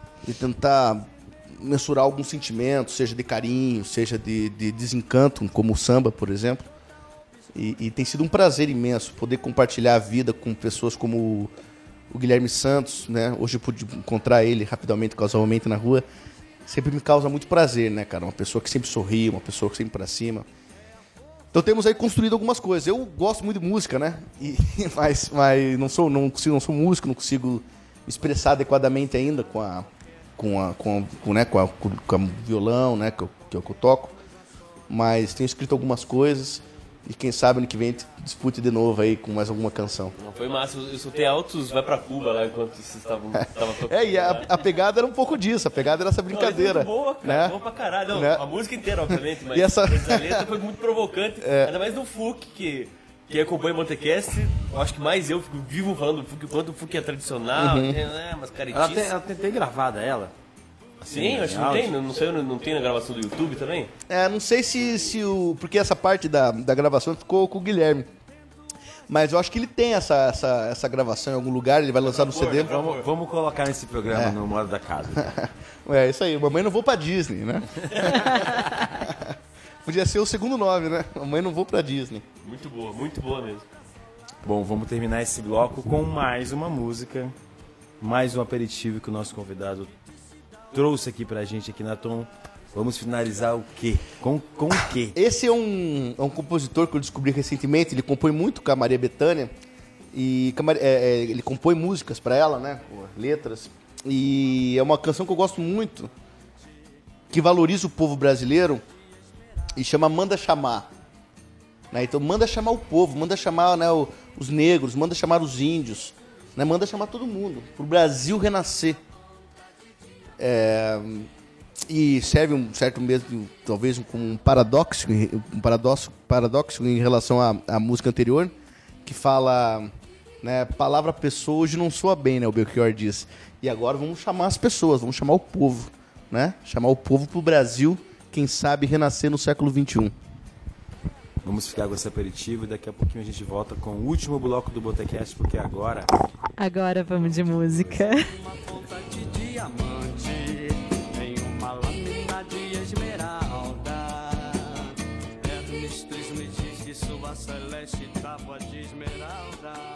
Speaker 1: mensurar alguns sentimentos, seja de carinho, seja de desencanto, como o samba, por exemplo. E tem sido um prazer imenso poder compartilhar a vida com pessoas como o Guilherme Santos, né? Hoje eu pude encontrar ele rapidamente, casualmente, na rua. Sempre me causa muito prazer, né, cara? Uma pessoa que sempre sorri, uma pessoa que sempre pra cima. Então temos aí construído algumas coisas. Eu gosto muito de música, né? Mas não sou músico, não consigo me expressar adequadamente ainda com o violão, né, que eu toco, mas tenho escrito algumas coisas e quem sabe ano que vem dispute de novo aí com mais alguma canção.
Speaker 4: Não foi massa, eu soltei altos vai pra Cuba lá enquanto vocês estavam tocando.
Speaker 1: E a pegada era um pouco disso, a pegada era essa brincadeira.
Speaker 4: Não, boa, cara,
Speaker 1: né?
Speaker 4: boa pra caralho. Não,
Speaker 1: né?
Speaker 4: A música inteira, obviamente, mas
Speaker 1: essa
Speaker 4: a letra foi muito provocante, ainda mais do Fuc, que acompanha o Montecast, eu acho que mais eu fico vivo falando do Fuc, o quanto o Fuc é tradicional, umas caretices.
Speaker 3: Ela tem gravada, ela?
Speaker 4: Sim, acho que não tem, não tem na gravação do YouTube também?
Speaker 1: Não sei se o... Porque essa parte da gravação ficou com o Guilherme. Mas eu acho que ele tem essa gravação em algum lugar, ele vai lançar no CD.
Speaker 3: Vamos colocar nesse programa no modo da casa.
Speaker 1: É isso aí, Mamãe Não Vou Pra Disney, né? Podia ser o segundo nome, né? Mamãe Não Vou Pra Disney.
Speaker 4: Muito boa mesmo.
Speaker 3: Bom, vamos terminar esse bloco com mais uma música, mais um aperitivo que o nosso convidado trouxe aqui pra gente aqui na Tom. Vamos finalizar o quê? Com o quê?
Speaker 1: Esse é um compositor que eu descobri recentemente, ele compõe muito com a Maria Bethânia, e ele compõe músicas pra ela, né? Letras. E é uma canção que eu gosto muito, que valoriza o povo brasileiro, e chama Manda Chamar. Né? Então manda chamar o povo, manda chamar, né, os negros, manda chamar os índios, né? Manda chamar todo mundo, pro Brasil renascer. E serve um certo mesmo, talvez como um paradoxo em relação à música anterior, que fala, né, palavra pessoa hoje não soa bem, né, o Belchior diz. E agora vamos chamar as pessoas, vamos chamar o povo, né? Chamar o povo pro Brasil, quem sabe renascer no século XXI.
Speaker 3: Vamos ficar com esse aperitivo e daqui a pouquinho a gente volta com o último bloco do Botecast, porque agora
Speaker 5: vamos de música.
Speaker 2: Uma ponta de diamante, em uma lâmina de esmeralda. Hermes me diz que sua celeste tábua de esmeralda.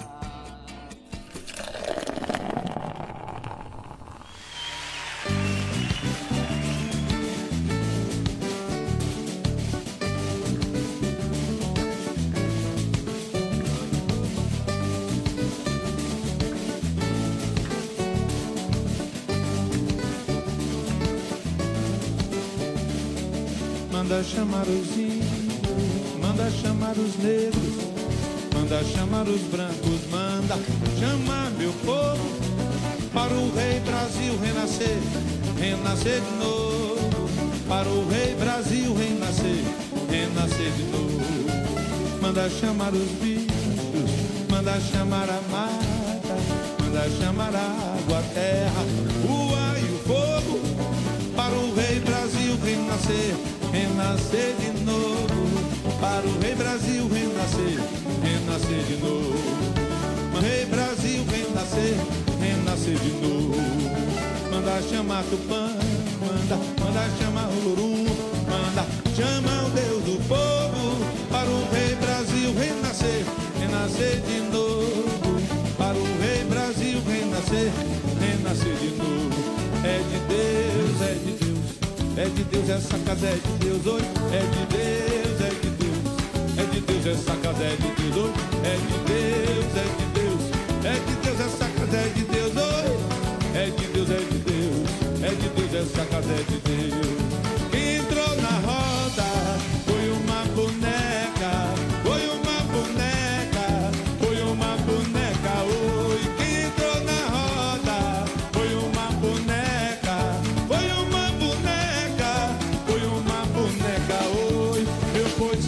Speaker 9: Manda chamar os índios, manda chamar os negros, manda chamar os brancos, manda chamar meu povo, para o rei Brasil renascer, renascer de novo, para o rei Brasil renascer, renascer de novo. Manda chamar os bichos, manda chamar a mata, manda chamar a água, a terra, o ar e o fogo, para o rei Brasil renascer, renascer de novo, para o rei Brasil renascer, renascer de novo. Rei Brasil renascer, renascer de novo. Manda chamar Tupã, manda chamar Olorum, manda chamar o Deus do povo, para o rei Brasil renascer, renascer de novo, para o rei Brasil renascer, renascer de novo. É de Deus, é de Deus. É de Deus, essa casa é de Deus hoje. É de Deus, é de Deus. É de Deus, essa casa é de Deus hoje. É de Deus, é de Deus. É de Deus, essa casa é de Deus hoje. É de Deus, é de Deus. É de Deus, essa casa é de Deus. Quem entrou na roda foi uma boneca. Foi uma boneca. Foi uma boneca. Oi, quem entrou na roda foi uma boneca. Foi uma boneca. Foi uma boneca. Oi, eu fui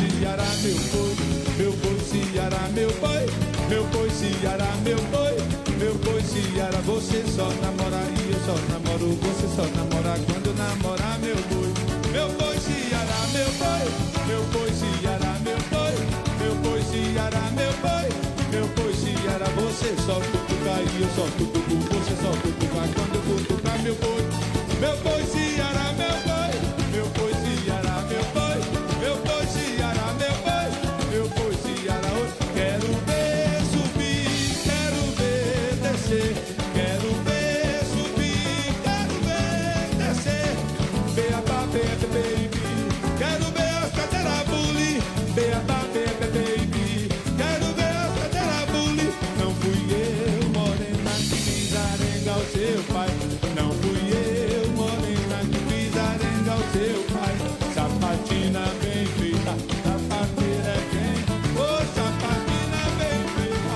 Speaker 9: Meu boi Ceará, meu boi Ceará. Você só namora e eu só namoro. Você só namora quando eu namorar meu boi. Meu boi Ceará, meu boi Ceará, meu boi Ceará, meu boi Ceará. Você só cutuca e eu só cutuco. Você só cutuca quando eu cutucar meu boi. Meu boi Ceará, meu boi Ceará, meu boi Ceará, meu boi Ceará. Quero ver subir, quero ver descer. Quero ver subir, quero ver descer. Beaba, baby, baby. Quero ver as cadeiras bully. Beaba, baby, baby. Quero ver as cadeiras bully. Não fui eu, morena, que fiz arenga ao seu pai. Não fui eu, morena, que fiz arenga ao seu pai. Sapatina bem feita, sapateira é quem? Ô, sapatina bem feita.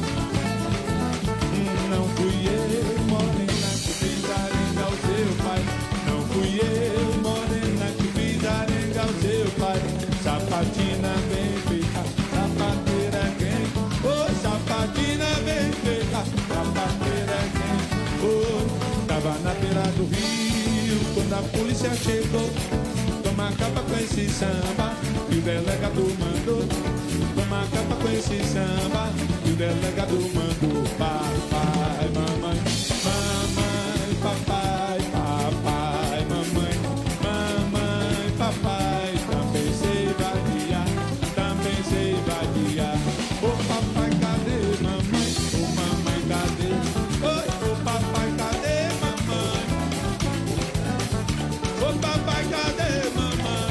Speaker 9: Não fui eu, morena, que fiz arenga ao seu pai. Não fui eu, morena, que fiz arenga ao seu pai. Sapatina bem feita, sapateira é quem? Ô, sapatina bem feita, sapateira é quem? Ô, tava na beira do rio, quando a polícia chegou. Toma capa com esse samba, e o delegado mandou. Toma capa com esse samba, e o delegado mandou. Papai, mamãe, mamãe, papai, papai, mamãe, mamãe, papai. Também sei vadiar, também sei vadiar. Ô papai, cadê mamãe? Ô mamãe, cadê? Oi, ô papai, cadê mamãe? Ô papai, cadê mamãe?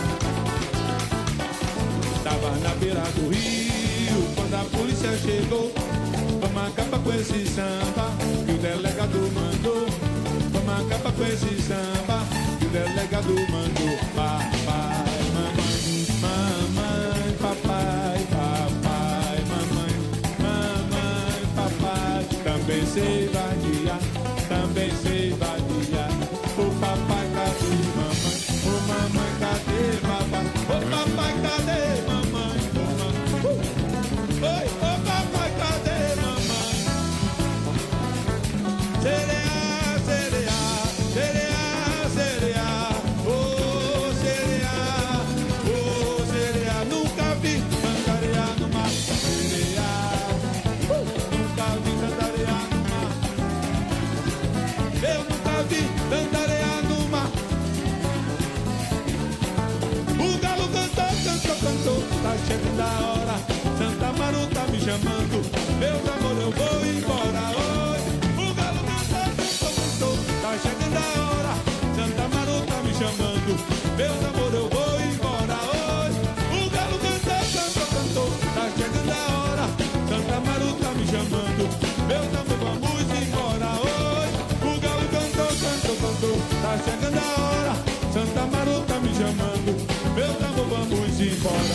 Speaker 9: Tava na beira do rio, quando a polícia chegou. Toma capa com esse samba, que o delegado mandou. Toma capa com esse samba, que o delegado mandou. Papai, mamãe, mamãe, papai, papai, mamãe, mamãe, papai. Também sei vadiar, também sei vadiar. Ô papai, cadê mamãe? Ô mamãe, cadê papai? Ô papai, cadê mamãe? Oi, ô papai, cadê mamãe? Sereia, sereia, sereia, sereia. Ô sereia, nunca vi cantarear no mar. Sereia, nunca vi cantarear no mar. Eu nunca vi cantarear no mar. O galo cantou, cantou, cantou. Tá chegando a hora. Santa Maru tá me chamando. Meu amor, eu vou embora hoje. O galo cantou, cantou, cantou. Tá chegando a hora. Santa Maru tá me chamando. Meu amor, eu vou embora hoje. O galo cantou, cantou, cantou. Tá chegando a hora. Santa Maru tá me chamando. Meu amor, vamos embora hoje. O galo cantou, cantou, cantou. Tá chegando a hora. Santa Maru tá me chamando. Meu amor, vamos embora.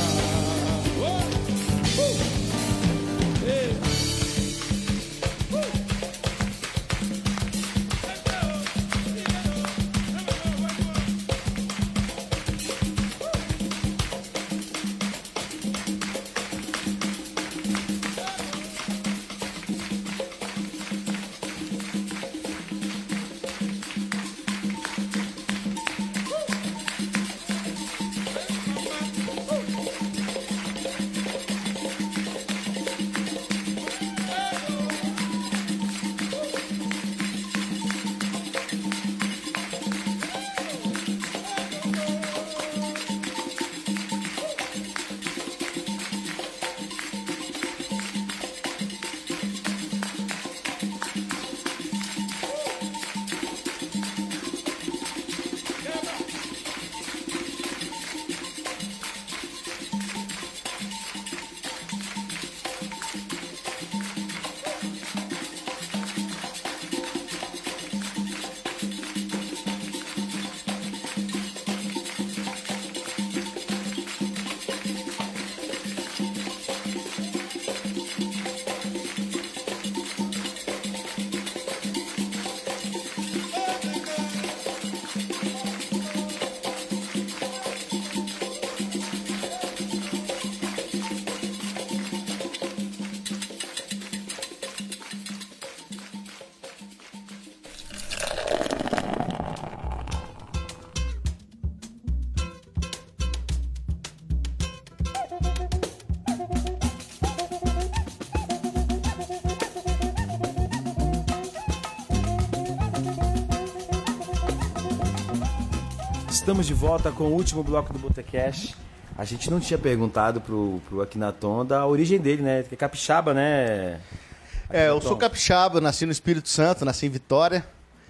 Speaker 3: Estamos de volta com o último bloco do Botecast. A gente não tinha perguntado pro Akhenaton da origem dele, né? Que é capixaba, né?
Speaker 1: Eu sou capixaba, nasci no Espírito Santo, nasci em Vitória.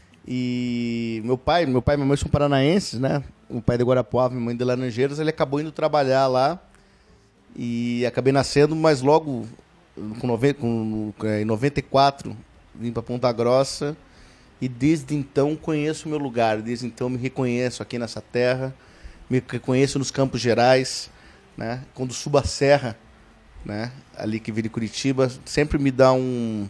Speaker 1: E meu pai e minha mãe são paranaenses, né? O pai de Guarapuava, minha mãe de Laranjeiras. Ele acabou indo trabalhar lá e acabei nascendo, mas logo em 94 vim para Ponta Grossa. E desde então conheço o meu lugar, desde então me reconheço aqui nessa terra, me reconheço nos Campos Gerais, né? Quando subo a serra, né? Ali que vira Curitiba, sempre me dá um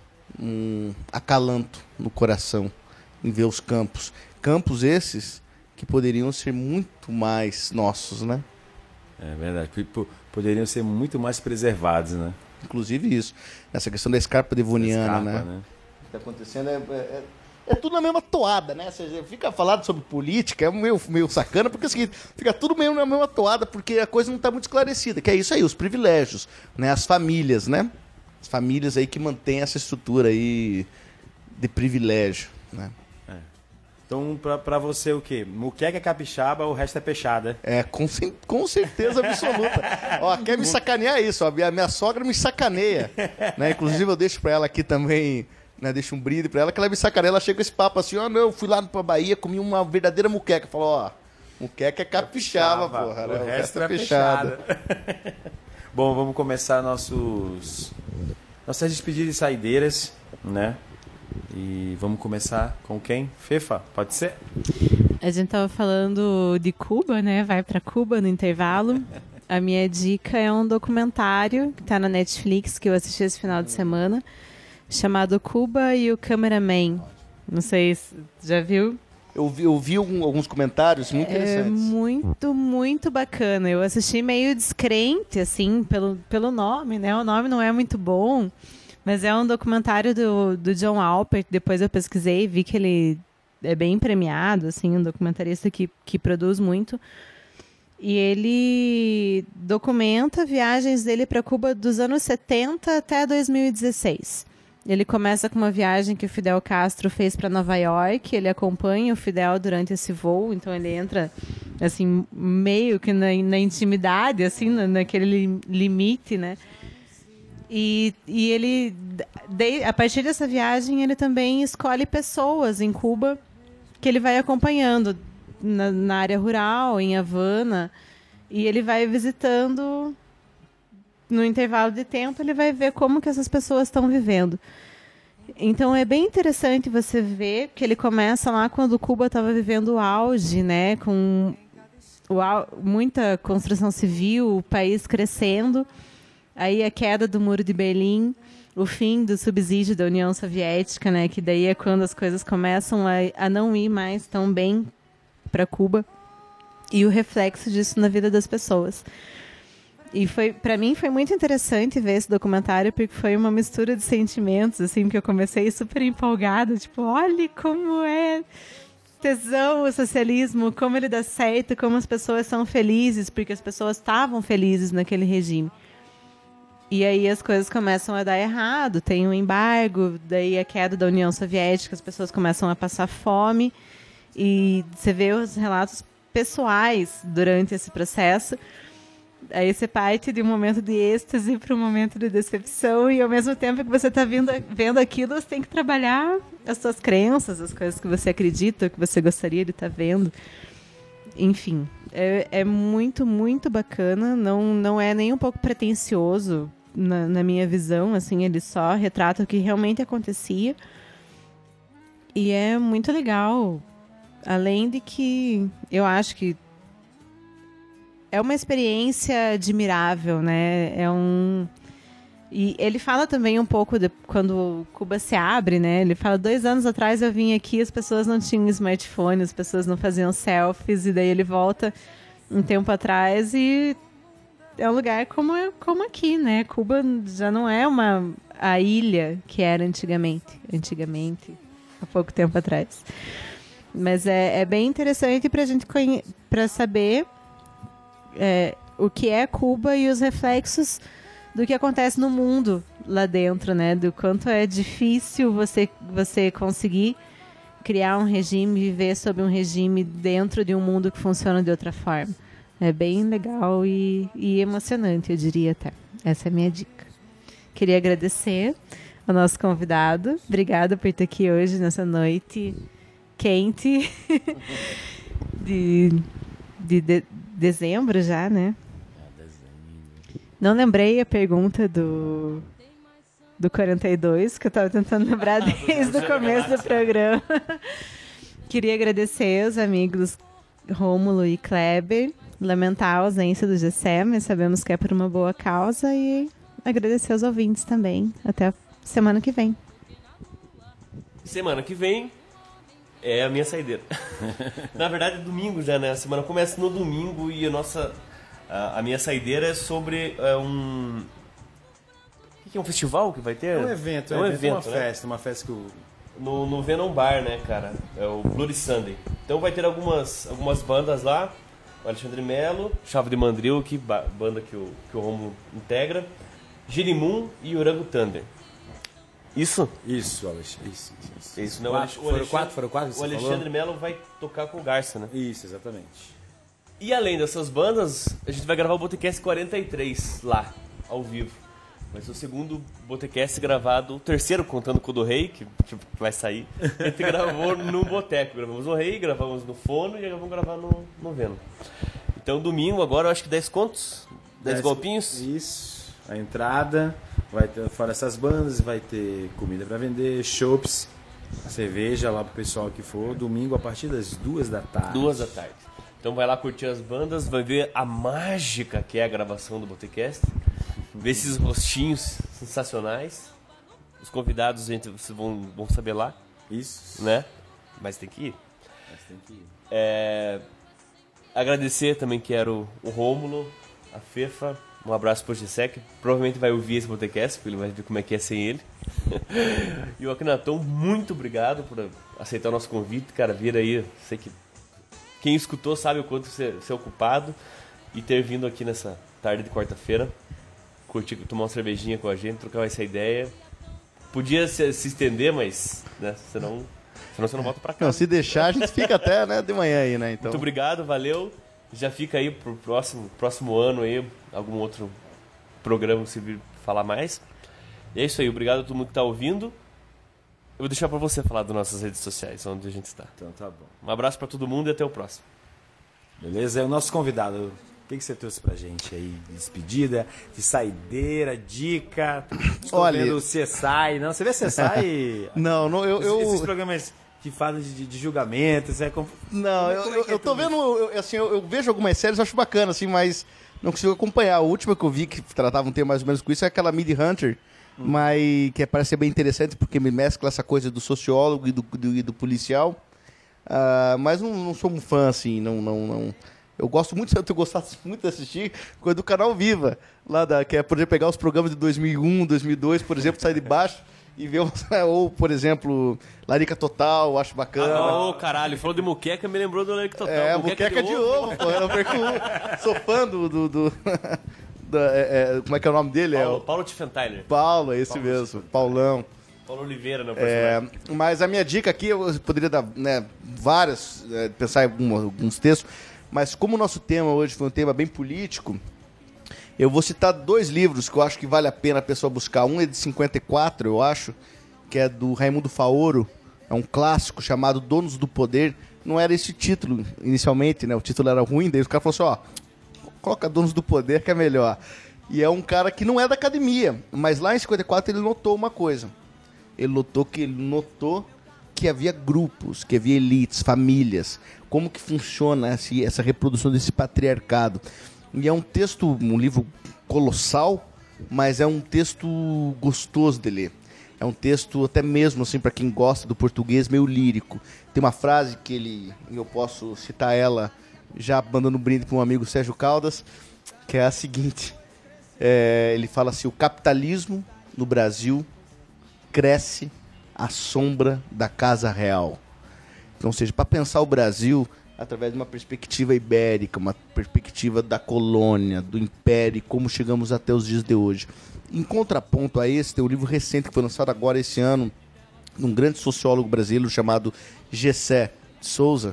Speaker 1: acalanto no coração em ver os campos. Campos esses que poderiam ser muito mais nossos, né?
Speaker 3: É verdade, poderiam ser muito mais preservados, né?
Speaker 1: Inclusive isso, essa questão da escarpa devoniana, né? Que está acontecendo é tudo na mesma toada, né? Você fica falando sobre política, é meio sacana, porque é o seguinte, fica tudo meio na mesma toada, porque a coisa não está muito esclarecida, que é isso aí, os privilégios, né? As famílias, né? As famílias aí que mantêm essa estrutura aí de privilégio, né?
Speaker 3: Então, pra você o quê? Muqueca é capixaba, o resto é peixada.
Speaker 1: Com certeza absoluta. Ó, quer me sacanear isso, ó, a minha sogra me sacaneia, né? Inclusive eu deixo pra ela aqui também, né? Deixo um brinde pra ela, que ela me sacaneia, ela chega com esse papo assim, não, eu fui lá pra Bahia, comi uma verdadeira muqueca. Falou, ó, muqueca é capixaba, porra.
Speaker 3: O resto é peixada. Bom, vamos começar nossas despedidas e saideiras, né? E vamos começar com quem? Fefa, pode ser?
Speaker 5: A gente tava falando de Cuba, né? Vai pra Cuba no intervalo. A minha dica é um documentário que tá na Netflix, que eu assisti esse final de semana, chamado Cuba e o Cameraman. Não sei se já viu?
Speaker 1: Eu vi alguns comentários muito interessantes.
Speaker 5: É muito, muito bacana. Eu assisti meio descrente, assim, pelo nome, né? O nome não é muito bom. Mas é um documentário do John Alpert. Depois eu pesquisei e vi que ele é bem premiado, assim, um documentarista que produz muito. E ele documenta viagens dele para Cuba dos anos 70 até 2016. Ele começa com uma viagem que o Fidel Castro fez para Nova York. Ele acompanha o Fidel durante esse voo, então ele entra assim meio que na intimidade, assim, naquele limite, né? E ele, a partir dessa viagem, ele também escolhe pessoas em Cuba que ele vai acompanhando na área rural, em Havana, e ele vai visitando no intervalo de tempo, ele vai ver como que essas pessoas estão vivendo. Então é bem interessante você ver que ele começa lá quando Cuba estava vivendo o auge, né, com muita construção civil, o país crescendo. Aí a queda do Muro de Berlim, o fim do subsídio da União Soviética, né, que daí é quando as coisas começam a não ir mais tão bem para Cuba, e o reflexo disso na vida das pessoas. E para mim foi muito interessante ver esse documentário, porque foi uma mistura de sentimentos, assim, que eu comecei super empolgada, tipo, olha como é tesão o socialismo, como ele dá certo, como as pessoas são felizes, porque as pessoas estavam felizes naquele regime. E aí as coisas começam a dar errado, tem um embargo, daí a queda da União Soviética, as pessoas começam a passar fome, e você vê os relatos pessoais durante esse processo. Aí você parte de um momento de êxtase para um momento de decepção, e ao mesmo tempo que você está vendo aquilo, você tem que trabalhar as suas crenças, as coisas que você acredita, que você gostaria de estar vendo. Enfim, é muito, muito bacana, não é nem um pouco pretensioso na minha visão, assim, ele só retrata o que realmente acontecia, e é muito legal, além de que eu acho que é uma experiência admirável, né? E ele fala também um pouco de quando Cuba se abre, né? Ele fala, 2 anos atrás eu vim aqui, as pessoas não tinham smartphone, as pessoas não faziam selfies, e daí ele volta um tempo atrás e é um lugar como aqui, né? Cuba já não é a ilha que era antigamente, há pouco tempo atrás. Mas é bem interessante para a gente para saber o que é Cuba e os reflexos do que acontece no mundo lá dentro, né? Do quanto é difícil você conseguir criar um regime, viver sob um regime dentro de um mundo que funciona de outra forma. É bem legal e emocionante, eu diria até. Essa é a minha dica. Queria agradecer ao nosso convidado. Obrigada por estar aqui hoje, nessa noite quente de dezembro já, né? Não lembrei a pergunta do 42, que eu estava tentando lembrar desde o começo do programa. Queria agradecer os amigos Rômulo e Kleber, lamentar a ausência do Gessé, mas sabemos que é por uma boa causa, e agradecer aos ouvintes também. Até a semana que vem.
Speaker 4: Semana que vem é a minha saideira. Na verdade, é domingo já, né? A semana começa no domingo e a minha saideira é sobre um... O que é um festival que vai ter?
Speaker 3: É um evento, uma festa que o...
Speaker 4: No Venom Bar, né, cara? É o Bloody Sunday. Então vai ter algumas bandas lá. O Alexandre Melo, Chave de Mandril, banda que o Romulo integra. Girimum e Orango Thunder. Isso?
Speaker 3: Isso, Alexandre.
Speaker 4: Isso, né?
Speaker 3: Foram quatro.
Speaker 4: O Alexandre Melo vai tocar com o Garça, né?
Speaker 3: Isso, exatamente.
Speaker 4: E além dessas bandas, a gente vai gravar o Botecast 43 lá, ao vivo. Vai ser o segundo Botecast gravado, o terceiro contando com o do Rei, que vai sair. A gente gravou no Boteco. Gravamos no Rei, gravamos no Fono e vamos gravar no Venom. Então domingo agora eu acho que 10 contos, 10 golpinhos.
Speaker 3: Isso, a entrada, vai ter, fora essas bandas, vai ter comida para vender, chopps, cerveja lá pro pessoal que for, domingo a partir das 2 da tarde.
Speaker 4: 2 da tarde. Então vai lá curtir as bandas, vai ver a mágica que é a gravação do Botecast. Ver esses rostinhos sensacionais. Os convidados, gente, vocês vão saber lá.
Speaker 3: Isso.
Speaker 4: Né? Mas tem que ir. Agradecer também, quero o Rômulo, a Fefa. Um abraço pro Gessé, que provavelmente vai ouvir esse podcast, porque ele vai ver como é que é sem ele. E o Akhenaton, muito obrigado por aceitar o nosso convite. Cara, vir aí. Sei que quem escutou sabe o quanto você é ocupado. E ter vindo aqui nessa tarde de quarta-feira. Curtir, tomar uma cervejinha com a gente, trocar essa ideia. Podia se estender, mas né, senão você não volta pra casa.
Speaker 1: Não, se deixar, a gente fica até né, de manhã aí, né? Então...
Speaker 4: Muito obrigado, valeu. Já fica aí pro próximo ano aí, algum outro programa que você vir falar mais. E é isso aí, obrigado a todo mundo que tá ouvindo. Eu vou deixar pra você falar das nossas redes sociais, onde a gente está.
Speaker 3: Então tá bom.
Speaker 4: Um abraço pra todo mundo e até o próximo.
Speaker 3: Beleza? É o nosso convidado. O que você trouxe pra gente aí? Despedida, de saideira, dica. Estou vendo o CSI. Não, você vê CSI?
Speaker 1: Não,
Speaker 3: Esses programas que falam de julgamento.
Speaker 1: Não, eu tô vendo. Eu vejo algumas séries, eu acho bacana, assim, mas não consigo acompanhar. A última que eu vi que tratava um tema mais ou menos com isso é aquela Mindhunter. Mas que parece ser bem interessante porque me mescla essa coisa do sociólogo e do policial. Mas não sou um fã, assim, não. Eu gosto muito, eu tenho gostado muito de assistir coisa do canal Viva, lá que é poder pegar os programas de 2001, 2002, por exemplo, sair de baixo e ver, ou, por exemplo, Larica Total, acho bacana.
Speaker 4: Caralho, falou de muqueca, me lembrou do Larica Total.
Speaker 1: Muqueca de ovo, pô, eu perco sou fã como é que é o nome dele?
Speaker 4: Paulo Tiffenthaler.
Speaker 1: Paulo, é esse Paulo mesmo, Paulão.
Speaker 4: Paulo Oliveira, não
Speaker 1: mas a minha dica aqui, eu poderia dar várias, pensar em alguns textos, mas como o nosso tema hoje foi um tema bem político, eu vou citar 2 livros que eu acho que vale a pena a pessoa buscar. Um é de 54, eu acho, que é do Raimundo Faoro, é um clássico chamado Donos do Poder. Não era esse título inicialmente, né? O título era ruim, daí o cara falou assim, coloca Donos do Poder que é melhor. E é um cara que não é da academia, mas lá em 54 ele notou uma coisa. Ele notou que havia grupos, que havia elites, famílias, como que funciona essa reprodução desse patriarcado. E é um texto, um livro colossal, mas é um texto gostoso de ler. É um texto até mesmo, assim, para quem gosta do português, meio lírico. Tem uma frase que eu posso citar ela, já mandando um brinde para um amigo, Sérgio Caldas, que é a seguinte. Ele fala assim, o capitalismo no Brasil cresce à sombra da Casa Real. Então, ou seja, para pensar o Brasil através de uma perspectiva ibérica, uma perspectiva da colônia, do império e como chegamos até os dias de hoje. Em contraponto a esse, tem um livro recente que foi lançado agora esse ano, um grande sociólogo brasileiro chamado Gessé de Souza,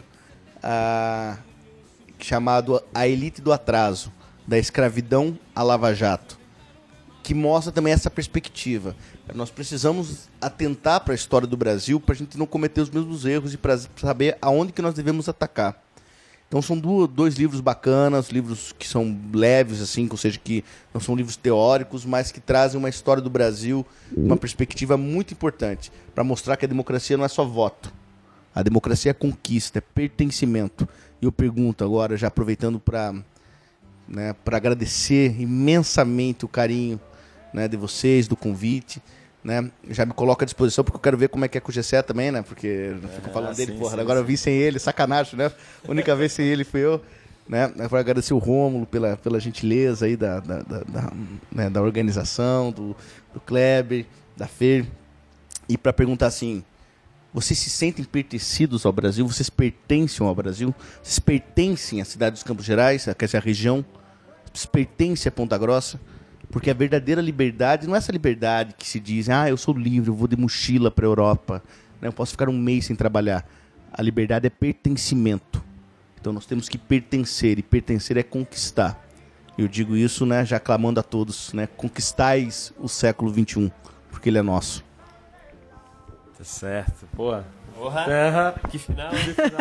Speaker 1: chamado A Elite do Atraso, da escravidão à Lava Jato, que mostra também essa perspectiva. Nós precisamos atentar para a história do Brasil para a gente não cometer os mesmos erros e para saber aonde que nós devemos atacar. Então são dois livros bacanas, livros que são leves, assim, ou seja, que não são livros teóricos, mas que trazem uma história do Brasil, uma perspectiva muito importante, para mostrar que a democracia não é só voto. A democracia é conquista, é pertencimento. E eu pergunto agora, já aproveitando para agradecer imensamente o carinho, né, de vocês, do convite, né? Já me coloco à disposição, porque eu quero ver como é que é com o Gessé também, né? Porque eu fico falando dele,
Speaker 3: sim,
Speaker 1: porra,
Speaker 3: sim,
Speaker 1: agora eu vi sem ele, sacanagem, né? A única vez sem ele fui eu, né? Eu quero agradecer o Rômulo pela gentileza aí da organização, do Kleber, da Fer, e para perguntar assim, vocês se sentem pertencidos ao Brasil? Vocês pertencem ao Brasil? Vocês pertencem à cidade dos Campos Gerais, quer dizer, à região? Vocês pertencem a Ponta Grossa? Porque a verdadeira liberdade não é essa liberdade que se diz, eu sou livre, eu vou de mochila para a Europa, né? Eu posso ficar um mês sem trabalhar. A liberdade é pertencimento. Então nós temos que pertencer, e pertencer é conquistar. Eu digo isso, né, já clamando a todos, né? Conquistais o século XXI, porque ele é nosso.
Speaker 3: Tá certo. Porra.
Speaker 4: Que final.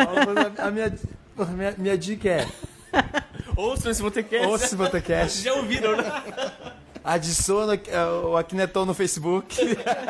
Speaker 3: A minha dica é...
Speaker 4: Ouçam esse Botecast.
Speaker 3: Ouça esse Botecast.
Speaker 4: Vocês já ouviram, né?
Speaker 3: Adiciona o Aquineton no Facebook.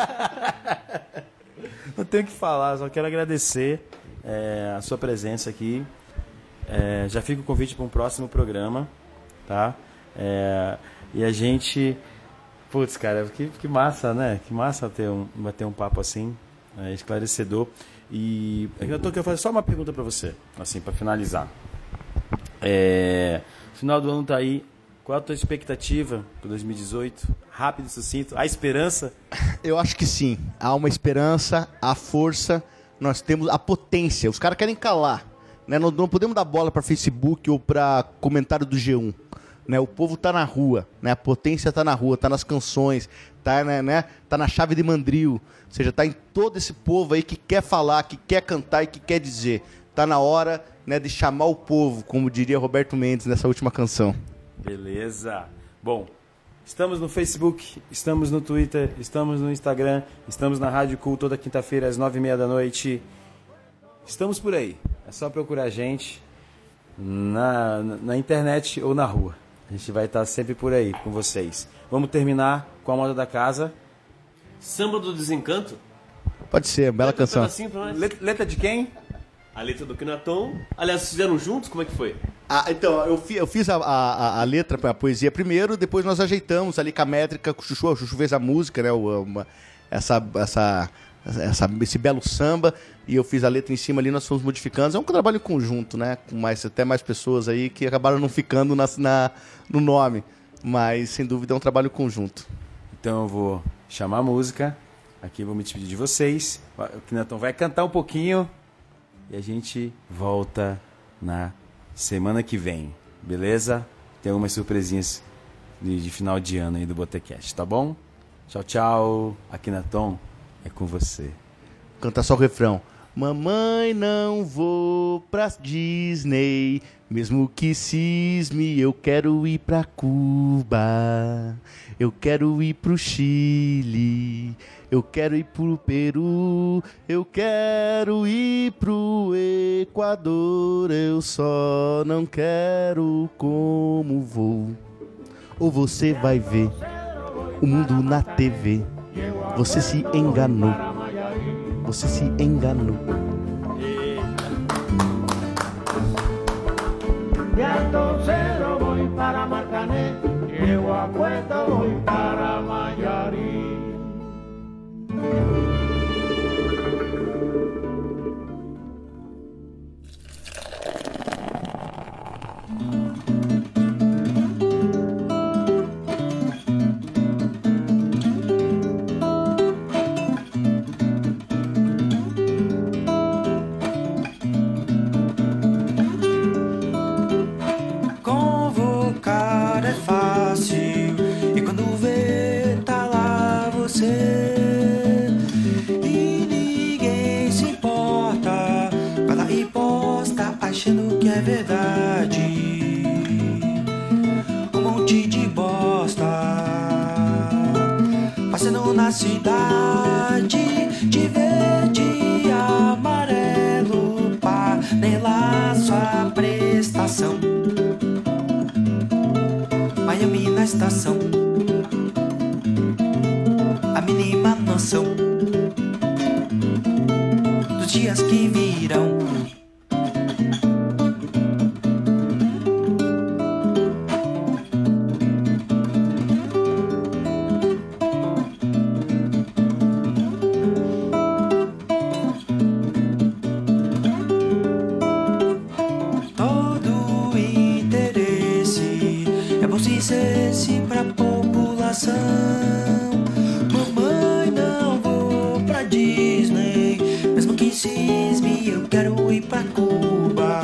Speaker 3: Não tenho o que falar, só quero agradecer a sua presença aqui. Já fica o convite para um próximo programa, tá? E a gente... Putz, cara, que massa, né? Que massa bater um papo assim, esclarecedor. E eu quero fazer só uma pergunta para você, assim, para finalizar. Final do ano tá aí. Qual é a tua expectativa para 2018? Rápido e sucinto. Há esperança?
Speaker 1: Eu acho que sim. Há uma esperança, há força. Nós temos a potência. Os caras querem calar, né? Não podemos dar bola para Facebook ou para comentário do G1. Né? O povo tá na rua, né? A potência tá na rua, tá nas canções, tá, né? Tá na chave de mandril. Ou seja, tá em todo esse povo aí que quer falar, que quer cantar e que quer dizer. Tá na hora, né, de chamar o povo, como diria Roberto Mendes nessa última canção.
Speaker 3: Beleza. Bom, estamos no Facebook, estamos no Twitter, estamos no Instagram, estamos na Rádio Cool toda quinta-feira às 9h30 da noite. Estamos por aí. É só procurar a gente na internet ou na rua. A gente vai estar sempre por aí com vocês. Vamos terminar com a moda da casa.
Speaker 4: Samba do Desencanto.
Speaker 1: Pode ser, bela canção.
Speaker 3: Letra de quem?
Speaker 4: A letra do Aquineton. Aliás, vocês fizeram juntos? Como é que foi?
Speaker 1: Então, eu fiz a letra, a poesia primeiro, depois nós ajeitamos ali com a métrica, com o Chuchu fez a música, né? Esse belo samba, e eu fiz a letra em cima ali, nós fomos modificando. É um trabalho conjunto, né? Com até mais pessoas aí que acabaram não ficando no nome. Mas, sem dúvida, é um trabalho conjunto.
Speaker 3: Então eu vou chamar a música. Aqui eu vou me despedir de vocês. O Aquineton vai cantar um pouquinho. E a gente volta na semana que vem, beleza? Tem algumas surpresinhas de final de ano aí do Botecast, tá bom? Tchau, tchau. Aquineton, é com você.
Speaker 1: Cantar só o refrão. Mamãe, não vou pra Disney, mesmo que cisme, eu quero ir pra Cuba, eu quero ir pro Chile, eu quero ir pro Peru, eu quero ir pro Equador, eu só não quero como vou. Ou você vai ver o mundo na TV, você se enganou. Você se enganou.
Speaker 8: De Alto Cero voy para Marcané, llego a Cuesta voy para Mayarí.
Speaker 6: Convocar é fácil, e quando a cidade de verde e amarelo, panelaço a prestação, Miami na estação, a mínima noção dos dias que virão. Todo interesse é bom se dissesse pra população: mamãe, não vou pra Disney, mesmo que cisme, eu quero ir pra Cuba,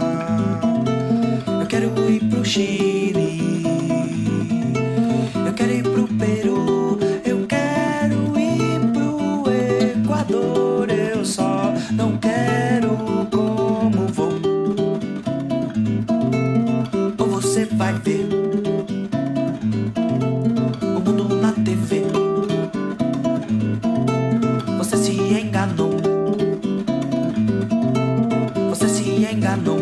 Speaker 6: eu quero ir pro Chile, eu quero ir pro Peru, eu quero ir pro Equador, eu só não quero como vou. Ou você vai ver o mundo na TV, você se enganou, você se enganou.